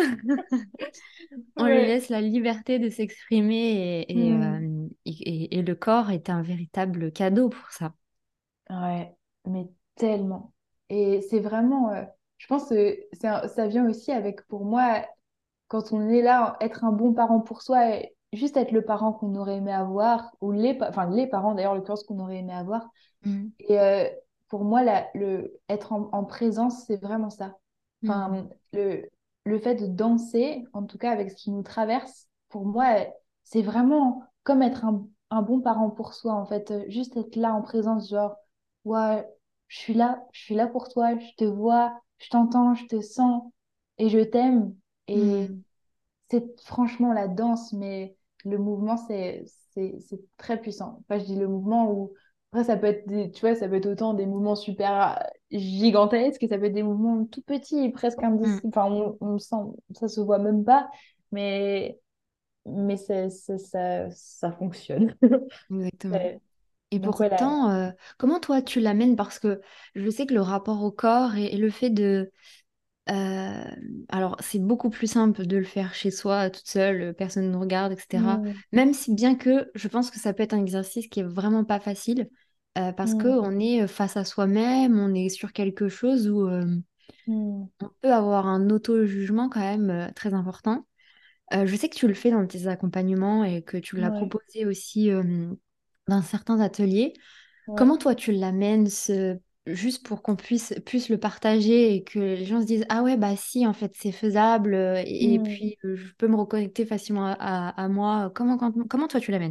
On lui Ouais. laisse la liberté de s'exprimer et, et, Hmm. euh, et- et le corps est un véritable cadeau pour ça. Ouais, mais tellement. Et c'est vraiment, euh, je pense que c'est un- ça vient aussi avec, pour moi, quand on est là, être un bon parent pour soi, et juste être le parent qu'on aurait aimé avoir, ou les, pa- enfin, les parents d'ailleurs, en l'occurrence, qu'on aurait aimé avoir. Mm. Et euh, pour moi, la- le, être en, en présence, c'est vraiment ça. Mm. Enfin, le, le fait de danser, en tout cas avec ce qui nous traverse, pour moi, c'est vraiment comme être un, un bon parent pour soi, en fait. Euh, Juste être là en présence, genre, ouais, je suis là, je suis là pour toi, je te vois, je t'entends, je te sens et je t'aime. Et Mm. c'est franchement la danse, mais le mouvement, c'est c'est c'est très puissant. Enfin, je dis le mouvement où, après, ça peut être des, tu vois, ça peut être autant des mouvements super gigantesques et ça peut être des mouvements tout petits, presque Mm. indicibles. Enfin, on, on le sent, ça se voit même pas, mais, mais c'est, c'est- ça, ça fonctionne. Exactement. Ouais. Et Donc, voilà. pourtant, euh, comment toi tu l'amènes? Parce que je sais que le rapport au corps et, et le fait de Euh, alors, c'est beaucoup plus simple de le faire chez soi, toute seule, euh, personne ne nous regarde, et cetera. Mm, Même si, bien que je pense que ça peut être un exercice qui est vraiment pas facile, euh, parce mm, qu'on est euh, face à soi-même, on est sur quelque chose où euh, mm. on peut avoir un auto-jugement quand même euh, très important. Euh, je sais que tu le fais dans tes accompagnements et que tu l'as Ouais, proposé aussi euh, dans certains ateliers. ouais. Comment toi tu l'amènes ce... juste pour qu'on puisse, puisse le partager et que les gens se disent ah ouais bah si en fait c'est faisable euh, et, et Mm. puis euh, je peux me reconnecter facilement à, à- à moi. Comment, quand- comment toi tu l'amènes?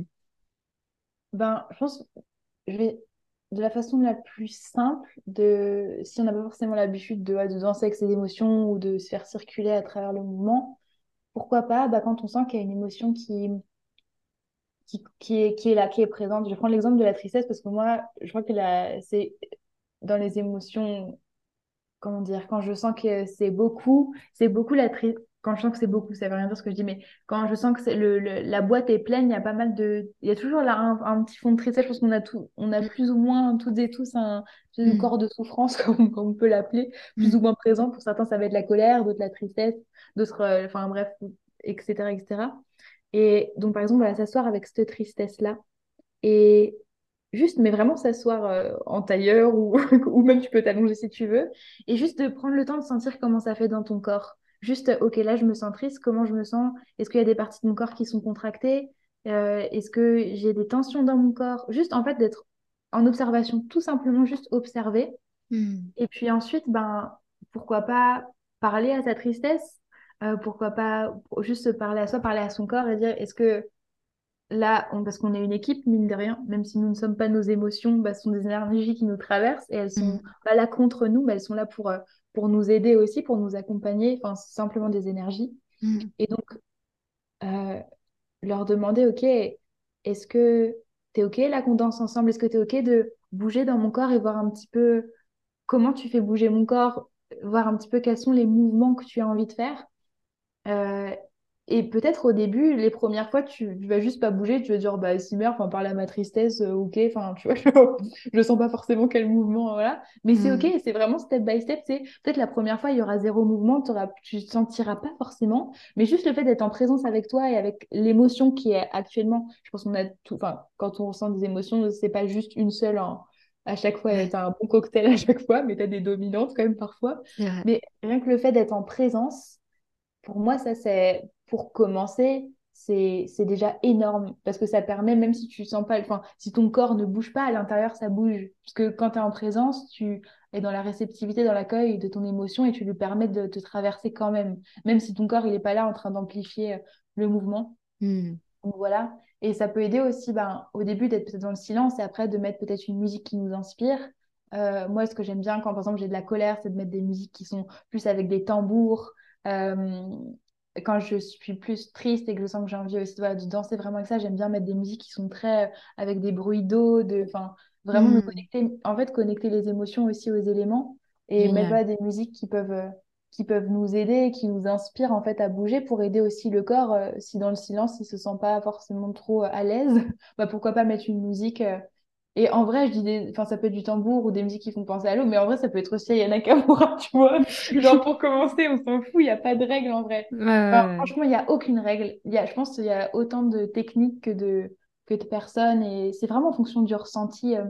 Ben, je pense je vais de la façon la plus simple de si on n'a pas forcément l'habitude de, ouais, de danser avec ses émotions ou de se faire circuler à travers le mouvement, pourquoi pas bah, quand on sent qu'il y a une émotion qui, qui, qui est, qui est là, qui est présente. Je vais prendre l'exemple de la tristesse parce que moi, je crois que la, c'est dans les émotions comment dire, quand je sens que c'est beaucoup, c'est beaucoup la tristesse. Quand je sens que c'est beaucoup, ça veut rien dire ce que je dis, mais quand je sens que c'est le, le- la boîte est pleine, il y a pas mal de. Il y a toujours là un, un petit fond de tristesse. Je pense qu'on a tout, on a plus ou moins, toutes et tous, un, un Mm, corps de souffrance, comme, comme on peut l'appeler, plus ou mm, moins présent. Pour certains, ça va être la colère, d'autres la tristesse, d'autres, euh, enfin bref, et cetera, et cetera. Et donc, par exemple, voilà, s'asseoir avec cette tristesse-là. Et juste, mais vraiment s'asseoir euh, en tailleur ou, ou même tu peux t'allonger si tu veux. Et juste de prendre le temps de sentir comment ça fait dans ton corps. Juste, euh, ok, là je me sens triste, comment je me sens? Est-ce qu'il y a des parties de mon corps qui sont contractées? Euh, est-ce que j'ai des tensions dans mon corps? Juste en fait d'être en observation, tout simplement juste observer. mm, Et puis ensuite, ben, pourquoi pas parler à sa tristesse? Euh, pourquoi pas juste se parler à soi, parler à son corps et dire est-ce que là, on- parce qu'on est une équipe, mine de rien, même si nous ne sommes pas nos émotions, bah, ce sont des énergies qui nous traversent et elles sont mm, pas là contre nous, mais elles sont là pour, euh, pour nous aider aussi, pour nous accompagner. Enfin, c'est simplement des énergies. mm, Et donc, euh, leur demander, OK, est-ce que tu es OK là qu'on danse ensemble? Est-ce que tu es OK de bouger dans mon corps et voir un petit peu comment tu fais bouger mon corps, voir un petit peu quels sont les mouvements que tu as envie de faire? Euh, et peut-être au début, les premières fois, tu, tu vas juste pas bouger, tu vas dire, bah, Simmer, enfin, parle à ma tristesse, euh, ok, enfin, tu vois, je, je sens pas forcément quel mouvement, voilà. Mais c'est ok, Hmm. c'est vraiment step by step, c'est peut-être la première fois, il y aura zéro mouvement, t'auras- tu te sentiras pas forcément, mais juste le fait d'être en présence avec toi et avec l'émotion qui est actuellement, je pense qu'on a tout, enfin, quand on ressent des émotions, c'est pas juste une seule, en- à chaque fois, Ouais, t'as un bon cocktail à chaque fois, mais t'as des dominantes quand même parfois. c'est vrai. Mais rien que le fait d'être en présence, pour moi, ça, c'est, pour commencer, c'est, c'est déjà énorme parce que ça permet, même si tu sens pas, enfin, si ton corps ne bouge pas, à l'intérieur, ça bouge. Parce que quand tu es en présence, tu es dans la réceptivité, dans l'accueil de ton émotion et tu lui permets de te traverser quand même, même si ton corps, il n'est pas là en train d'amplifier euh, le mouvement. Hmm. Donc voilà. Et ça peut aider aussi, ben, au début, d'être peut-être dans le silence et après de mettre peut-être une musique qui nous inspire. Euh, moi, ce que j'aime bien quand, par exemple, j'ai de la colère, c'est de mettre des musiques qui sont plus avec des tambours. Euh, Quand je suis plus triste et que je sens que j'ai envie aussi voilà, de danser vraiment avec ça, j'aime bien mettre des musiques qui sont très euh, avec des bruits d'eau, de, enfin, vraiment me Hmm. connecter, en fait, connecter les émotions aussi aux éléments et mettre Génial. voilà, des musiques qui peuvent, euh, qui peuvent nous aider, qui nous inspirent en fait à bouger pour aider aussi le corps. Euh, si dans le silence, il se sent pas forcément trop euh, à l'aise, bah pourquoi pas mettre une musique. Euh, et en vrai, je dis des... enfin, ça peut être du tambour ou des musiques qui font penser à l'eau, mais en vrai, ça peut être aussi Aya Nakamura, tu vois. Genre, pour commencer, on s'en fout, il n'y a pas de règle en vrai. Ouais, ouais, Enfin, ouais. franchement, il n'y a aucune règle. Il y a, je pense qu'il y a autant de techniques que de, que de personnes, et c'est vraiment en fonction du ressenti. euh,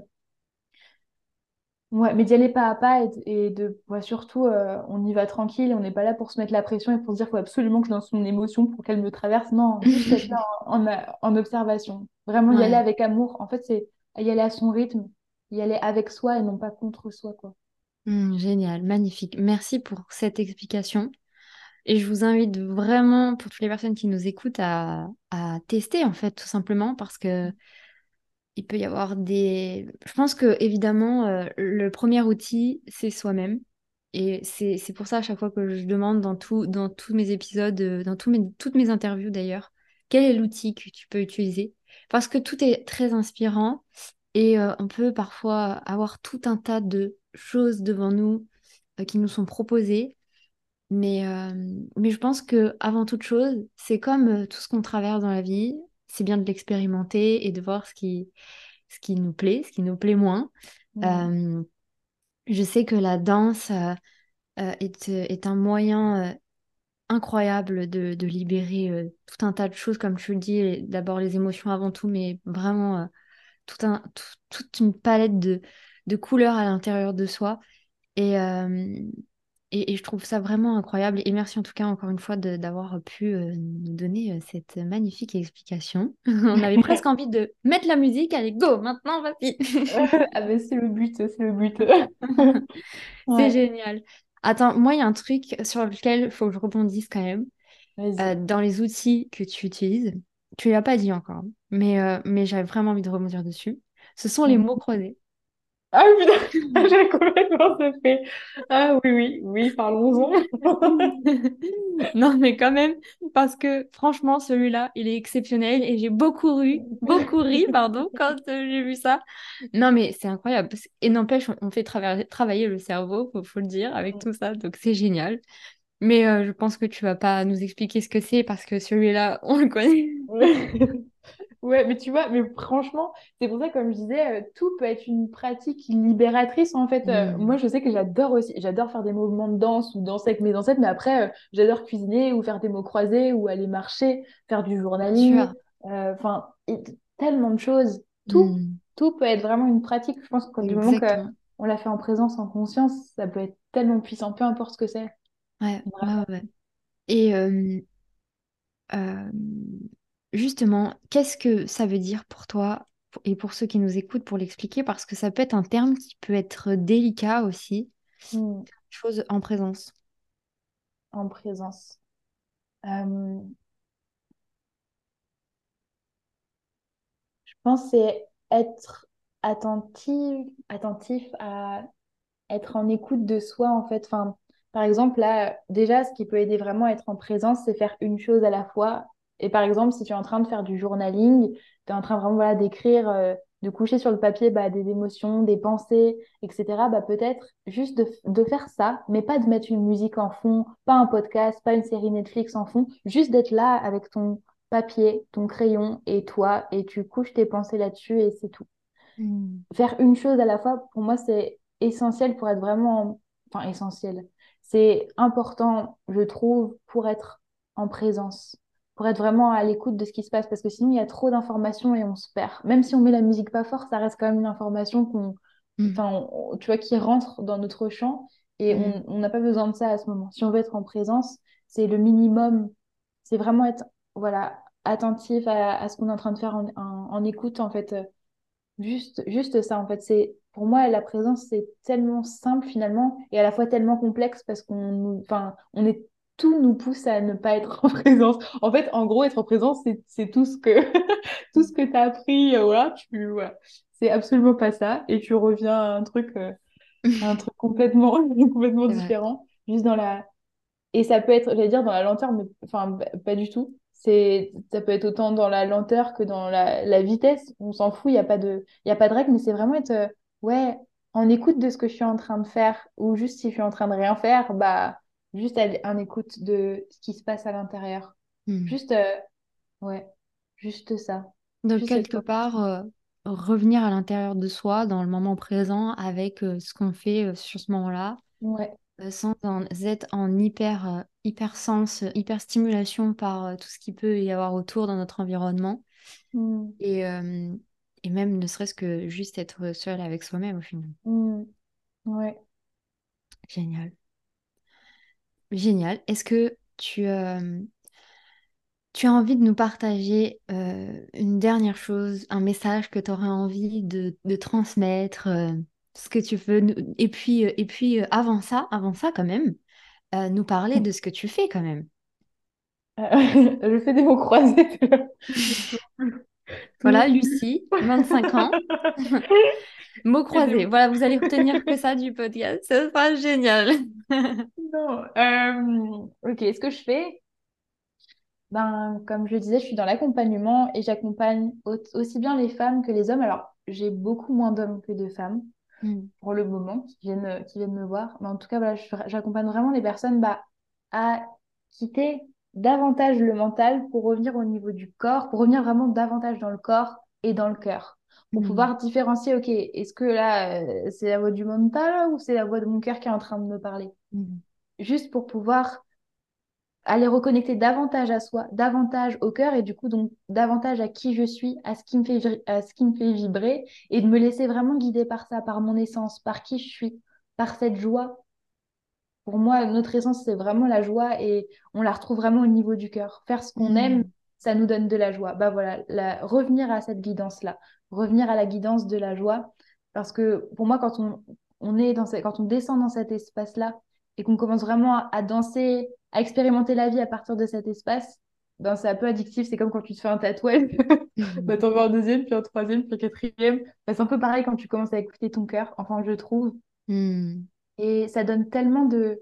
Ouais, mais d'y aller pas à pas et, et de ouais, surtout, euh, on y va tranquille, on n'est pas là pour se mettre la pression et pour se dire qu'il faut absolument que je lance mon émotion pour qu'elle me traverse. Non, juste être là en, en, en observation. Vraiment y aller Ouais. avec amour. En fait, c'est y aller à son rythme, y aller avec soi et non pas contre soi, quoi. Hmm, génial, magnifique. Merci pour cette explication. Et je vous invite vraiment, pour toutes les personnes qui nous écoutent, à, à tester, en fait, tout simplement, parce que il peut y avoir des... Je pense que, évidemment, euh, le premier outil, c'est soi-même. Et c'est, c'est pour ça, à chaque fois que je demande dans tout, dans tous mes épisodes, euh, dans tous mes, toutes mes interviews d'ailleurs, quel est l'outil que tu peux utiliser? Parce que tout est très inspirant et euh, on peut parfois avoir tout un tas de choses devant nous euh, qui nous sont proposées. Mais, euh, mais je pense que avant toute chose, c'est comme euh, tout ce qu'on traverse dans la vie, c'est bien de l'expérimenter et de voir ce qui, ce qui nous plaît, ce qui nous plaît moins. Mm. Euh, je sais que la danse euh, euh, est, euh, est un moyen euh, incroyable de, de libérer euh, tout un tas de choses, comme tu le dis, et d'abord les émotions avant tout, mais vraiment euh, tout un, tout- toute une palette de, de couleurs à l'intérieur de soi. Et, euh, et, et je trouve ça vraiment incroyable. Et merci en tout cas encore une fois de- d'avoir pu euh, nous donner euh, cette magnifique explication. On avait presque envie de mettre la musique. Allez, go, maintenant, vas-y. Ah ben c'est le but, c'est le but. C'est Ouais, génial. Attends, moi, il y a un truc sur lequel il faut que je rebondisse quand même. Euh, vas-y. dans les outils que tu utilises, tu l'as pas dit encore, mais, euh, mais j'avais vraiment envie de rebondir dessus. Ce sont les Mm. mots croisés. Ah putain, j'ai complètement zappé. Ah oui, oui, oui, parlons-en. Non, mais quand même, parce que franchement, celui-là, il est exceptionnel et j'ai beaucoup ri, beaucoup ri, pardon, quand euh, j'ai vu ça. Non, mais c'est incroyable. parce- Et n'empêche, on on fait traver- travailler le cerveau, faut, faut le dire, avec tout ça, donc c'est génial. Mais euh, je pense que tu vas pas nous expliquer ce que c'est parce que celui-là, on le connaît. Ouais, mais tu vois, mais franchement, c'est pour ça, comme je disais, euh, tout peut être une pratique libératrice en fait. Euh, moi, Hmm. je sais que j'adore aussi, j'adore faire des mouvements de danse ou danser avec mes ancêtres, mais après, euh, j'adore cuisiner ou faire des mots croisés ou aller marcher, faire du Bien journaling, sûr. euh, enfin, et t- tellement de choses. Tout, Hmm. tout peut être vraiment une pratique. Je pense que du moment que Exactement. on l'a fait en présence, en conscience, ça peut être tellement puissant, peu importe ce que c'est. Ouais, ouais, ouais, Vraiment. ouais. Et euh, euh, justement, qu'est-ce que ça veut dire pour toi et pour ceux qui nous écoutent pour l'expliquer? Parce que ça peut être un terme qui peut être délicat aussi, Hmm, chose en présence. en présence. Euh, Je pense que c'est être attentif, attentif à être en écoute de soi, en fait. Enfin, par exemple, là, déjà, ce qui peut aider vraiment à être en présence, c'est faire une chose à la fois. Et par exemple, si tu es en train de faire du journaling, tu es en train vraiment voilà, d'écrire. euh, de coucher sur le papier bah, des émotions, des pensées, et cetera, bah, peut-être juste de, de faire ça, mais pas de mettre une musique en fond, pas un podcast, pas une série Netflix en fond, juste d'être là avec ton papier, ton crayon et toi, et tu couches tes pensées là-dessus et c'est tout. Mm. Faire une chose à la fois, pour moi, c'est essentiel pour être vraiment, en- enfin essentiel. C'est important, je trouve, pour être en présence, pour être vraiment à l'écoute de ce qui se passe, parce que sinon, il y a trop d'informations et on se perd. Même si on met la musique pas fort, ça reste quand même une information qu'on, Mm. enfin, on- tu vois, qui rentre dans notre champ et Mm. on on n'a pas besoin de ça à ce moment. Si on veut être en présence, c'est le minimum. C'est vraiment être, voilà, attentif à, à ce qu'on est en train de faire en, en, en écoute, en fait. Juste, juste ça, en fait. C'est, pour moi, la présence, c'est tellement simple finalement et à la fois tellement complexe parce qu'on nous, enfin, on est, tout nous pousse à ne pas être en présence. En fait, en gros, être en présence, c'est, c'est tout ce que, tout ce que tu as appris, euh, voilà, tu, voilà. C'est absolument pas ça et tu reviens à un truc, euh, à un truc complètement, complètement C'est vrai. différent, juste dans la, et ça peut être, j'allais dire, dans la lenteur, mais enfin, b- pas du tout. C'est, ça peut être autant dans la lenteur que dans la, la vitesse. On s'en fout, il n'y a pas de, il y a pas de règle, mais c'est vraiment être, euh, ouais, en écoute de ce que je suis en train de faire, ou juste si je suis en train de rien faire, bah, juste à- en écoute de ce qui se passe à l'intérieur. Mm. Juste, euh, ouais, juste ça. Donc, Juste cette quelque part, euh, revenir à l'intérieur de soi, dans le moment présent, avec euh, ce qu'on fait euh, sur ce moment-là, ouais. euh, sans en- être en hyper, euh, hyper sens, euh, hyper stimulation par euh, tout ce qui peut y avoir autour dans notre environnement. Mm, Et, euh, et même ne serait-ce que juste être seul avec soi-même au final. mm, ouais. Génial. Génial. Est-ce que tu, euh, tu as envie de nous partager euh, une dernière chose, un message que tu aurais envie de, de transmettre, euh, ce que tu veux nous- Et puis, euh, et puis euh, avant ça, avant ça quand même, euh, nous parler de ce que tu fais quand même. Je fais des mots croisés. Toujours Voilà, plus. Lucie, vingt-cinq ans, mots Je fais des croisés. Voilà, vous allez retenir que ça du podcast. Ce sera génial. Non. Euh, ok, ce que je fais, ben, comme je le disais, je suis dans l'accompagnement et j'accompagne au- aussi bien les femmes que les hommes. Alors, j'ai beaucoup moins d'hommes que de femmes Mm. pour le moment qui viennent, qui viennent me voir. Mais en tout cas, voilà, je- j'accompagne vraiment les personnes bah, à quitter davantage le mental pour revenir au niveau du corps, pour revenir vraiment davantage dans le corps et dans le cœur. Pour Mm. pouvoir différencier, ok, est-ce que là, euh, c'est la voix du mental ou c'est la voix de mon cœur qui est en train de me parler? Mm. Juste pour pouvoir aller reconnecter davantage à soi, davantage au cœur et du coup donc davantage à qui je suis, à ce qui me fait, vi- à ce qui me fait vibrer et de me laisser vraiment guider par ça, par mon essence, par qui je suis, par cette joie. Pour moi, notre essence, c'est vraiment la joie et on la retrouve vraiment au niveau du cœur. Faire ce qu'on aime, Mm. ça nous donne de la joie. Bah voilà, la- revenir à cette guidance-là, revenir à la guidance de la joie. Parce que pour moi, quand on, on est dans ce- quand on descend dans cet espace-là et qu'on commence vraiment à, à danser, à expérimenter la vie à partir de cet espace, ben c'est un peu addictif. C'est comme quand tu te fais un tatouage. Bah, Mm. t'en veux un deuxième, puis un troisième, puis un quatrième. Bah, c'est un peu pareil quand tu commences à écouter ton cœur, enfin, je trouve. Mm. Et ça donne tellement de,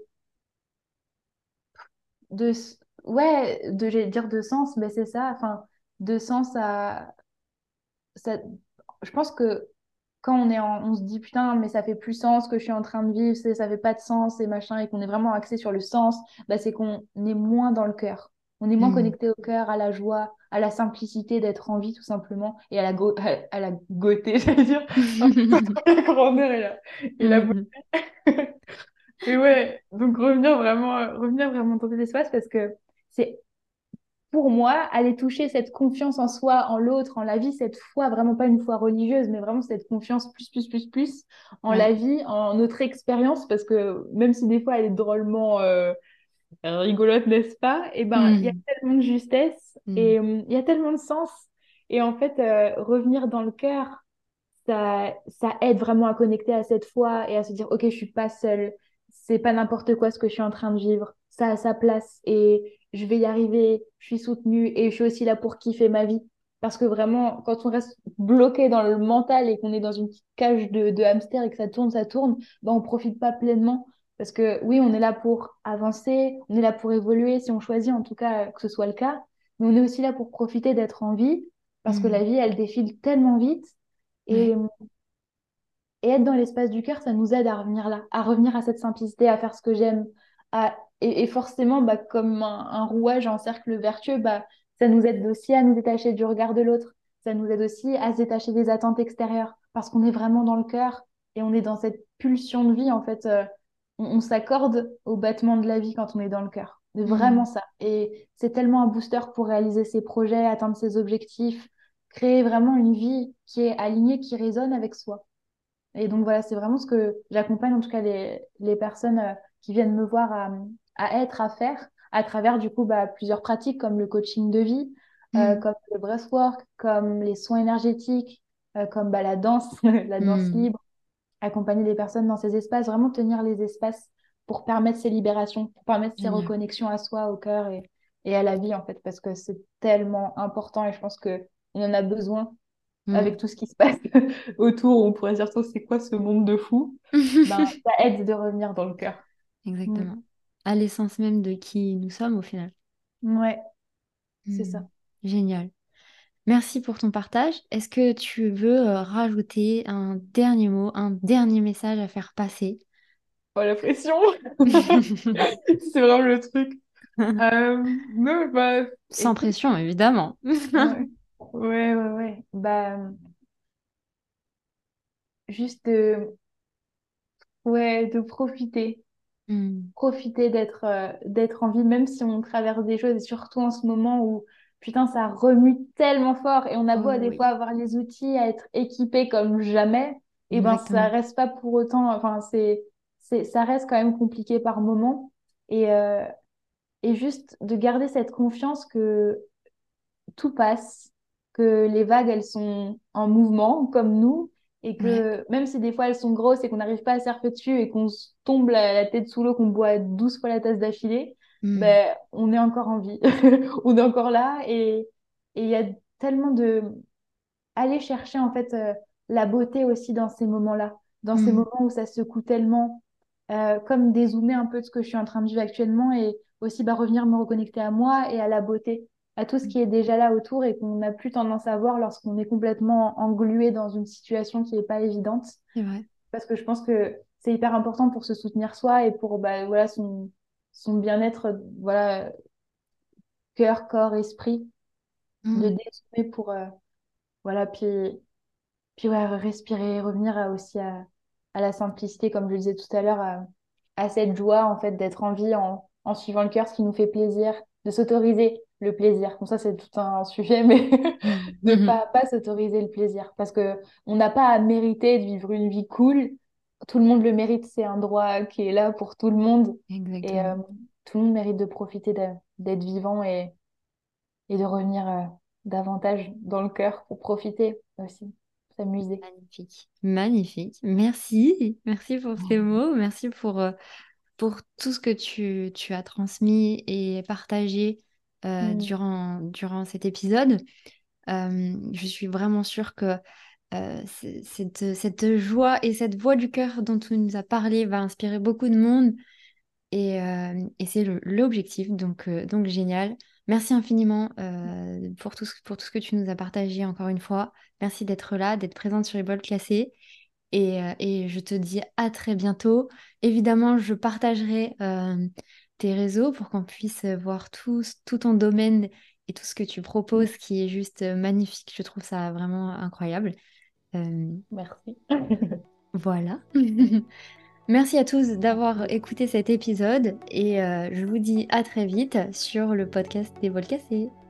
de s- ouais, de, j'allais dire de sens, mais c'est ça, enfin, de sens à, ça, je pense que quand on est en, on se dit putain, mais ça fait plus sens que je suis en train de vivre, c'est, ça fait pas de sens et machin, et qu'on est vraiment axé sur le sens, bah, c'est qu'on est moins dans le cœur. On est moins Mm. connecté au cœur, à la joie, à la simplicité d'être en vie, tout simplement, et à la, go- à, à la gaieté, j'allais dire. La grandeur et la, et la beauté. Mm. Et ouais, donc revenir vraiment, euh, revenir vraiment dans cet espace parce que c'est pour moi, aller toucher cette confiance en soi, en l'autre, en la vie, cette foi, vraiment pas une foi religieuse, mais vraiment cette confiance plus, plus, plus, plus en Ouais. la vie, en notre expérience, parce que même si des fois elle est drôlement euh, rigolote, n'est-ce pas? Et ben, il y a Mm. tellement de justesse Mm. et euh, il y a tellement de sens. Et en fait, euh, revenir dans le cœur, ça, ça aide vraiment à connecter à cette foi et à se dire, OK, je suis pas seule, c'est pas n'importe quoi ce que je suis en train de vivre, ça a sa place et je vais y arriver, je suis soutenue et je suis aussi là pour kiffer ma vie. Parce que vraiment, quand on reste bloqué dans le mental et qu'on est dans une petite cage de, de hamster et que ça tourne, ça tourne, ben on profite pas pleinement. Parce que oui, on est là pour avancer, on est là pour évoluer, si on choisit en tout cas que ce soit le cas, mais on est aussi là pour profiter d'être en vie, parce que Mm. la vie, elle défile tellement vite Et, Ouais. et être dans l'espace du cœur, ça nous aide à revenir là, à revenir à cette simplicité, à faire ce que j'aime. À... Et, et forcément, bah, comme un, un rouage en cercle vertueux, bah, ça nous aide aussi à nous détacher du regard de l'autre. Ça nous aide aussi à se détacher des attentes extérieures, parce qu'on est vraiment dans le cœur et on est dans cette pulsion de vie. En fait, euh, on, on s'accorde au battement de la vie quand on est dans le cœur. C'est vraiment Mm. ça. Et c'est tellement un booster pour réaliser ses projets, atteindre ses objectifs, créer vraiment une vie qui est alignée, qui résonne avec soi. Et donc voilà, c'est vraiment ce que j'accompagne en tout cas les, les personnes euh, qui viennent me voir à, à être, à faire, à travers du coup bah, plusieurs pratiques comme le coaching de vie, euh, Mm. comme le breathwork, comme les soins énergétiques, euh, comme bah, la danse, la danse Mm. libre, accompagner les personnes dans ces espaces, vraiment tenir les espaces pour permettre ces libérations, pour permettre ces Génial. reconnexions à soi, au cœur et, et à la vie en fait, parce que c'est tellement important et je pense que on en a besoin Mm. avec tout ce qui se passe autour, on pourrait dire, c'est quoi ce monde de fou? Ben, ça aide de revenir dans le cœur. Mm. Exactement. À l'essence même de qui nous sommes au final. Ouais, c'est Mm. ça. Génial. Merci pour ton partage. Est-ce que tu veux euh, rajouter un dernier mot, un dernier message à faire passer? Oh, la pression! C'est vraiment le truc. Euh, non, bah, Sans écoute, pression, évidemment. ouais, ouais, ouais, ouais. Bah, juste de, ouais, de profiter. Mm. Profiter d'être euh, d'être en vie, même si on traverse des choses, et surtout en ce moment où, putain, ça remue tellement fort, et on a beau à Oh des fois oui, avoir les outils, à être équipé comme jamais, et ben ça exactement. reste pas pour autant, enfin, c'est, c'est, ça reste quand même compliqué par moment, et, euh, et juste de garder cette confiance que tout passe, que les vagues, elles sont en mouvement, comme nous, et Ouais. que même si des fois elles sont grosses et qu'on n'arrive pas à surfer dessus et qu'on se tombe la, la tête sous l'eau, qu'on boit douze fois la tasse d'affilée, Mm. ben, on est encore en vie. On est encore là et et il y a tellement de... Aller chercher en fait euh, la beauté aussi dans ces moments-là, dans ces Mm. moments où ça secoue tellement, euh, comme dézoomer un peu de ce que je suis en train de vivre actuellement et aussi bah, revenir me reconnecter à moi et à la beauté, à tout ce qui est déjà là autour et qu'on n'a plus tendance à voir lorsqu'on est complètement englué dans une situation qui n'est pas évidente. C'est vrai. Parce que je pense que c'est hyper important pour se soutenir soi et pour bah, voilà, son, son bien-être, voilà, cœur, corps, esprit, de Mm. dézoomer pour... euh, voilà, puis Puis ouais, respirer, revenir à- aussi à, à la simplicité, comme je le disais tout à l'heure, à, à cette joie en fait d'être en vie en, en suivant le cœur, ce qui nous fait plaisir, de s'autoriser le plaisir. Bon, ça, c'est tout un sujet, mais de Mm. pas, pas s'autoriser le plaisir. Parce que on n'a pas à mériter de vivre une vie cool. Tout le monde le mérite, c'est un droit qui est là pour tout le monde. Et euh, Exactement. tout le monde mérite de profiter de- d'être vivant et, et de revenir euh, davantage dans le cœur pour profiter aussi, s'amuser. Magnifique. Magnifique. Merci. Merci pour ces mots. Merci pour, euh, pour tout ce que tu, tu as transmis et partagé euh, Mm. durant, durant cet épisode. Euh, je suis vraiment sûre que euh, c'est- cette, cette joie et cette voix du cœur dont tu nous as parlé va inspirer beaucoup de monde et, euh, et c'est le- l'objectif, donc, euh, donc génial. Merci infiniment euh, pour tout ce, pour tout ce que tu nous as partagé encore une fois. Merci d'être là, d'être présente sur les bols classés. Et, euh, et je te dis à très bientôt. Évidemment, je partagerai euh, tes réseaux pour qu'on puisse voir tout, tout ton domaine et tout ce que tu proposes qui est juste magnifique. Je trouve ça vraiment incroyable. Euh, Merci. voilà. Merci à tous d'avoir écouté cet épisode et euh, je vous dis à très vite sur le podcast des vols cassés.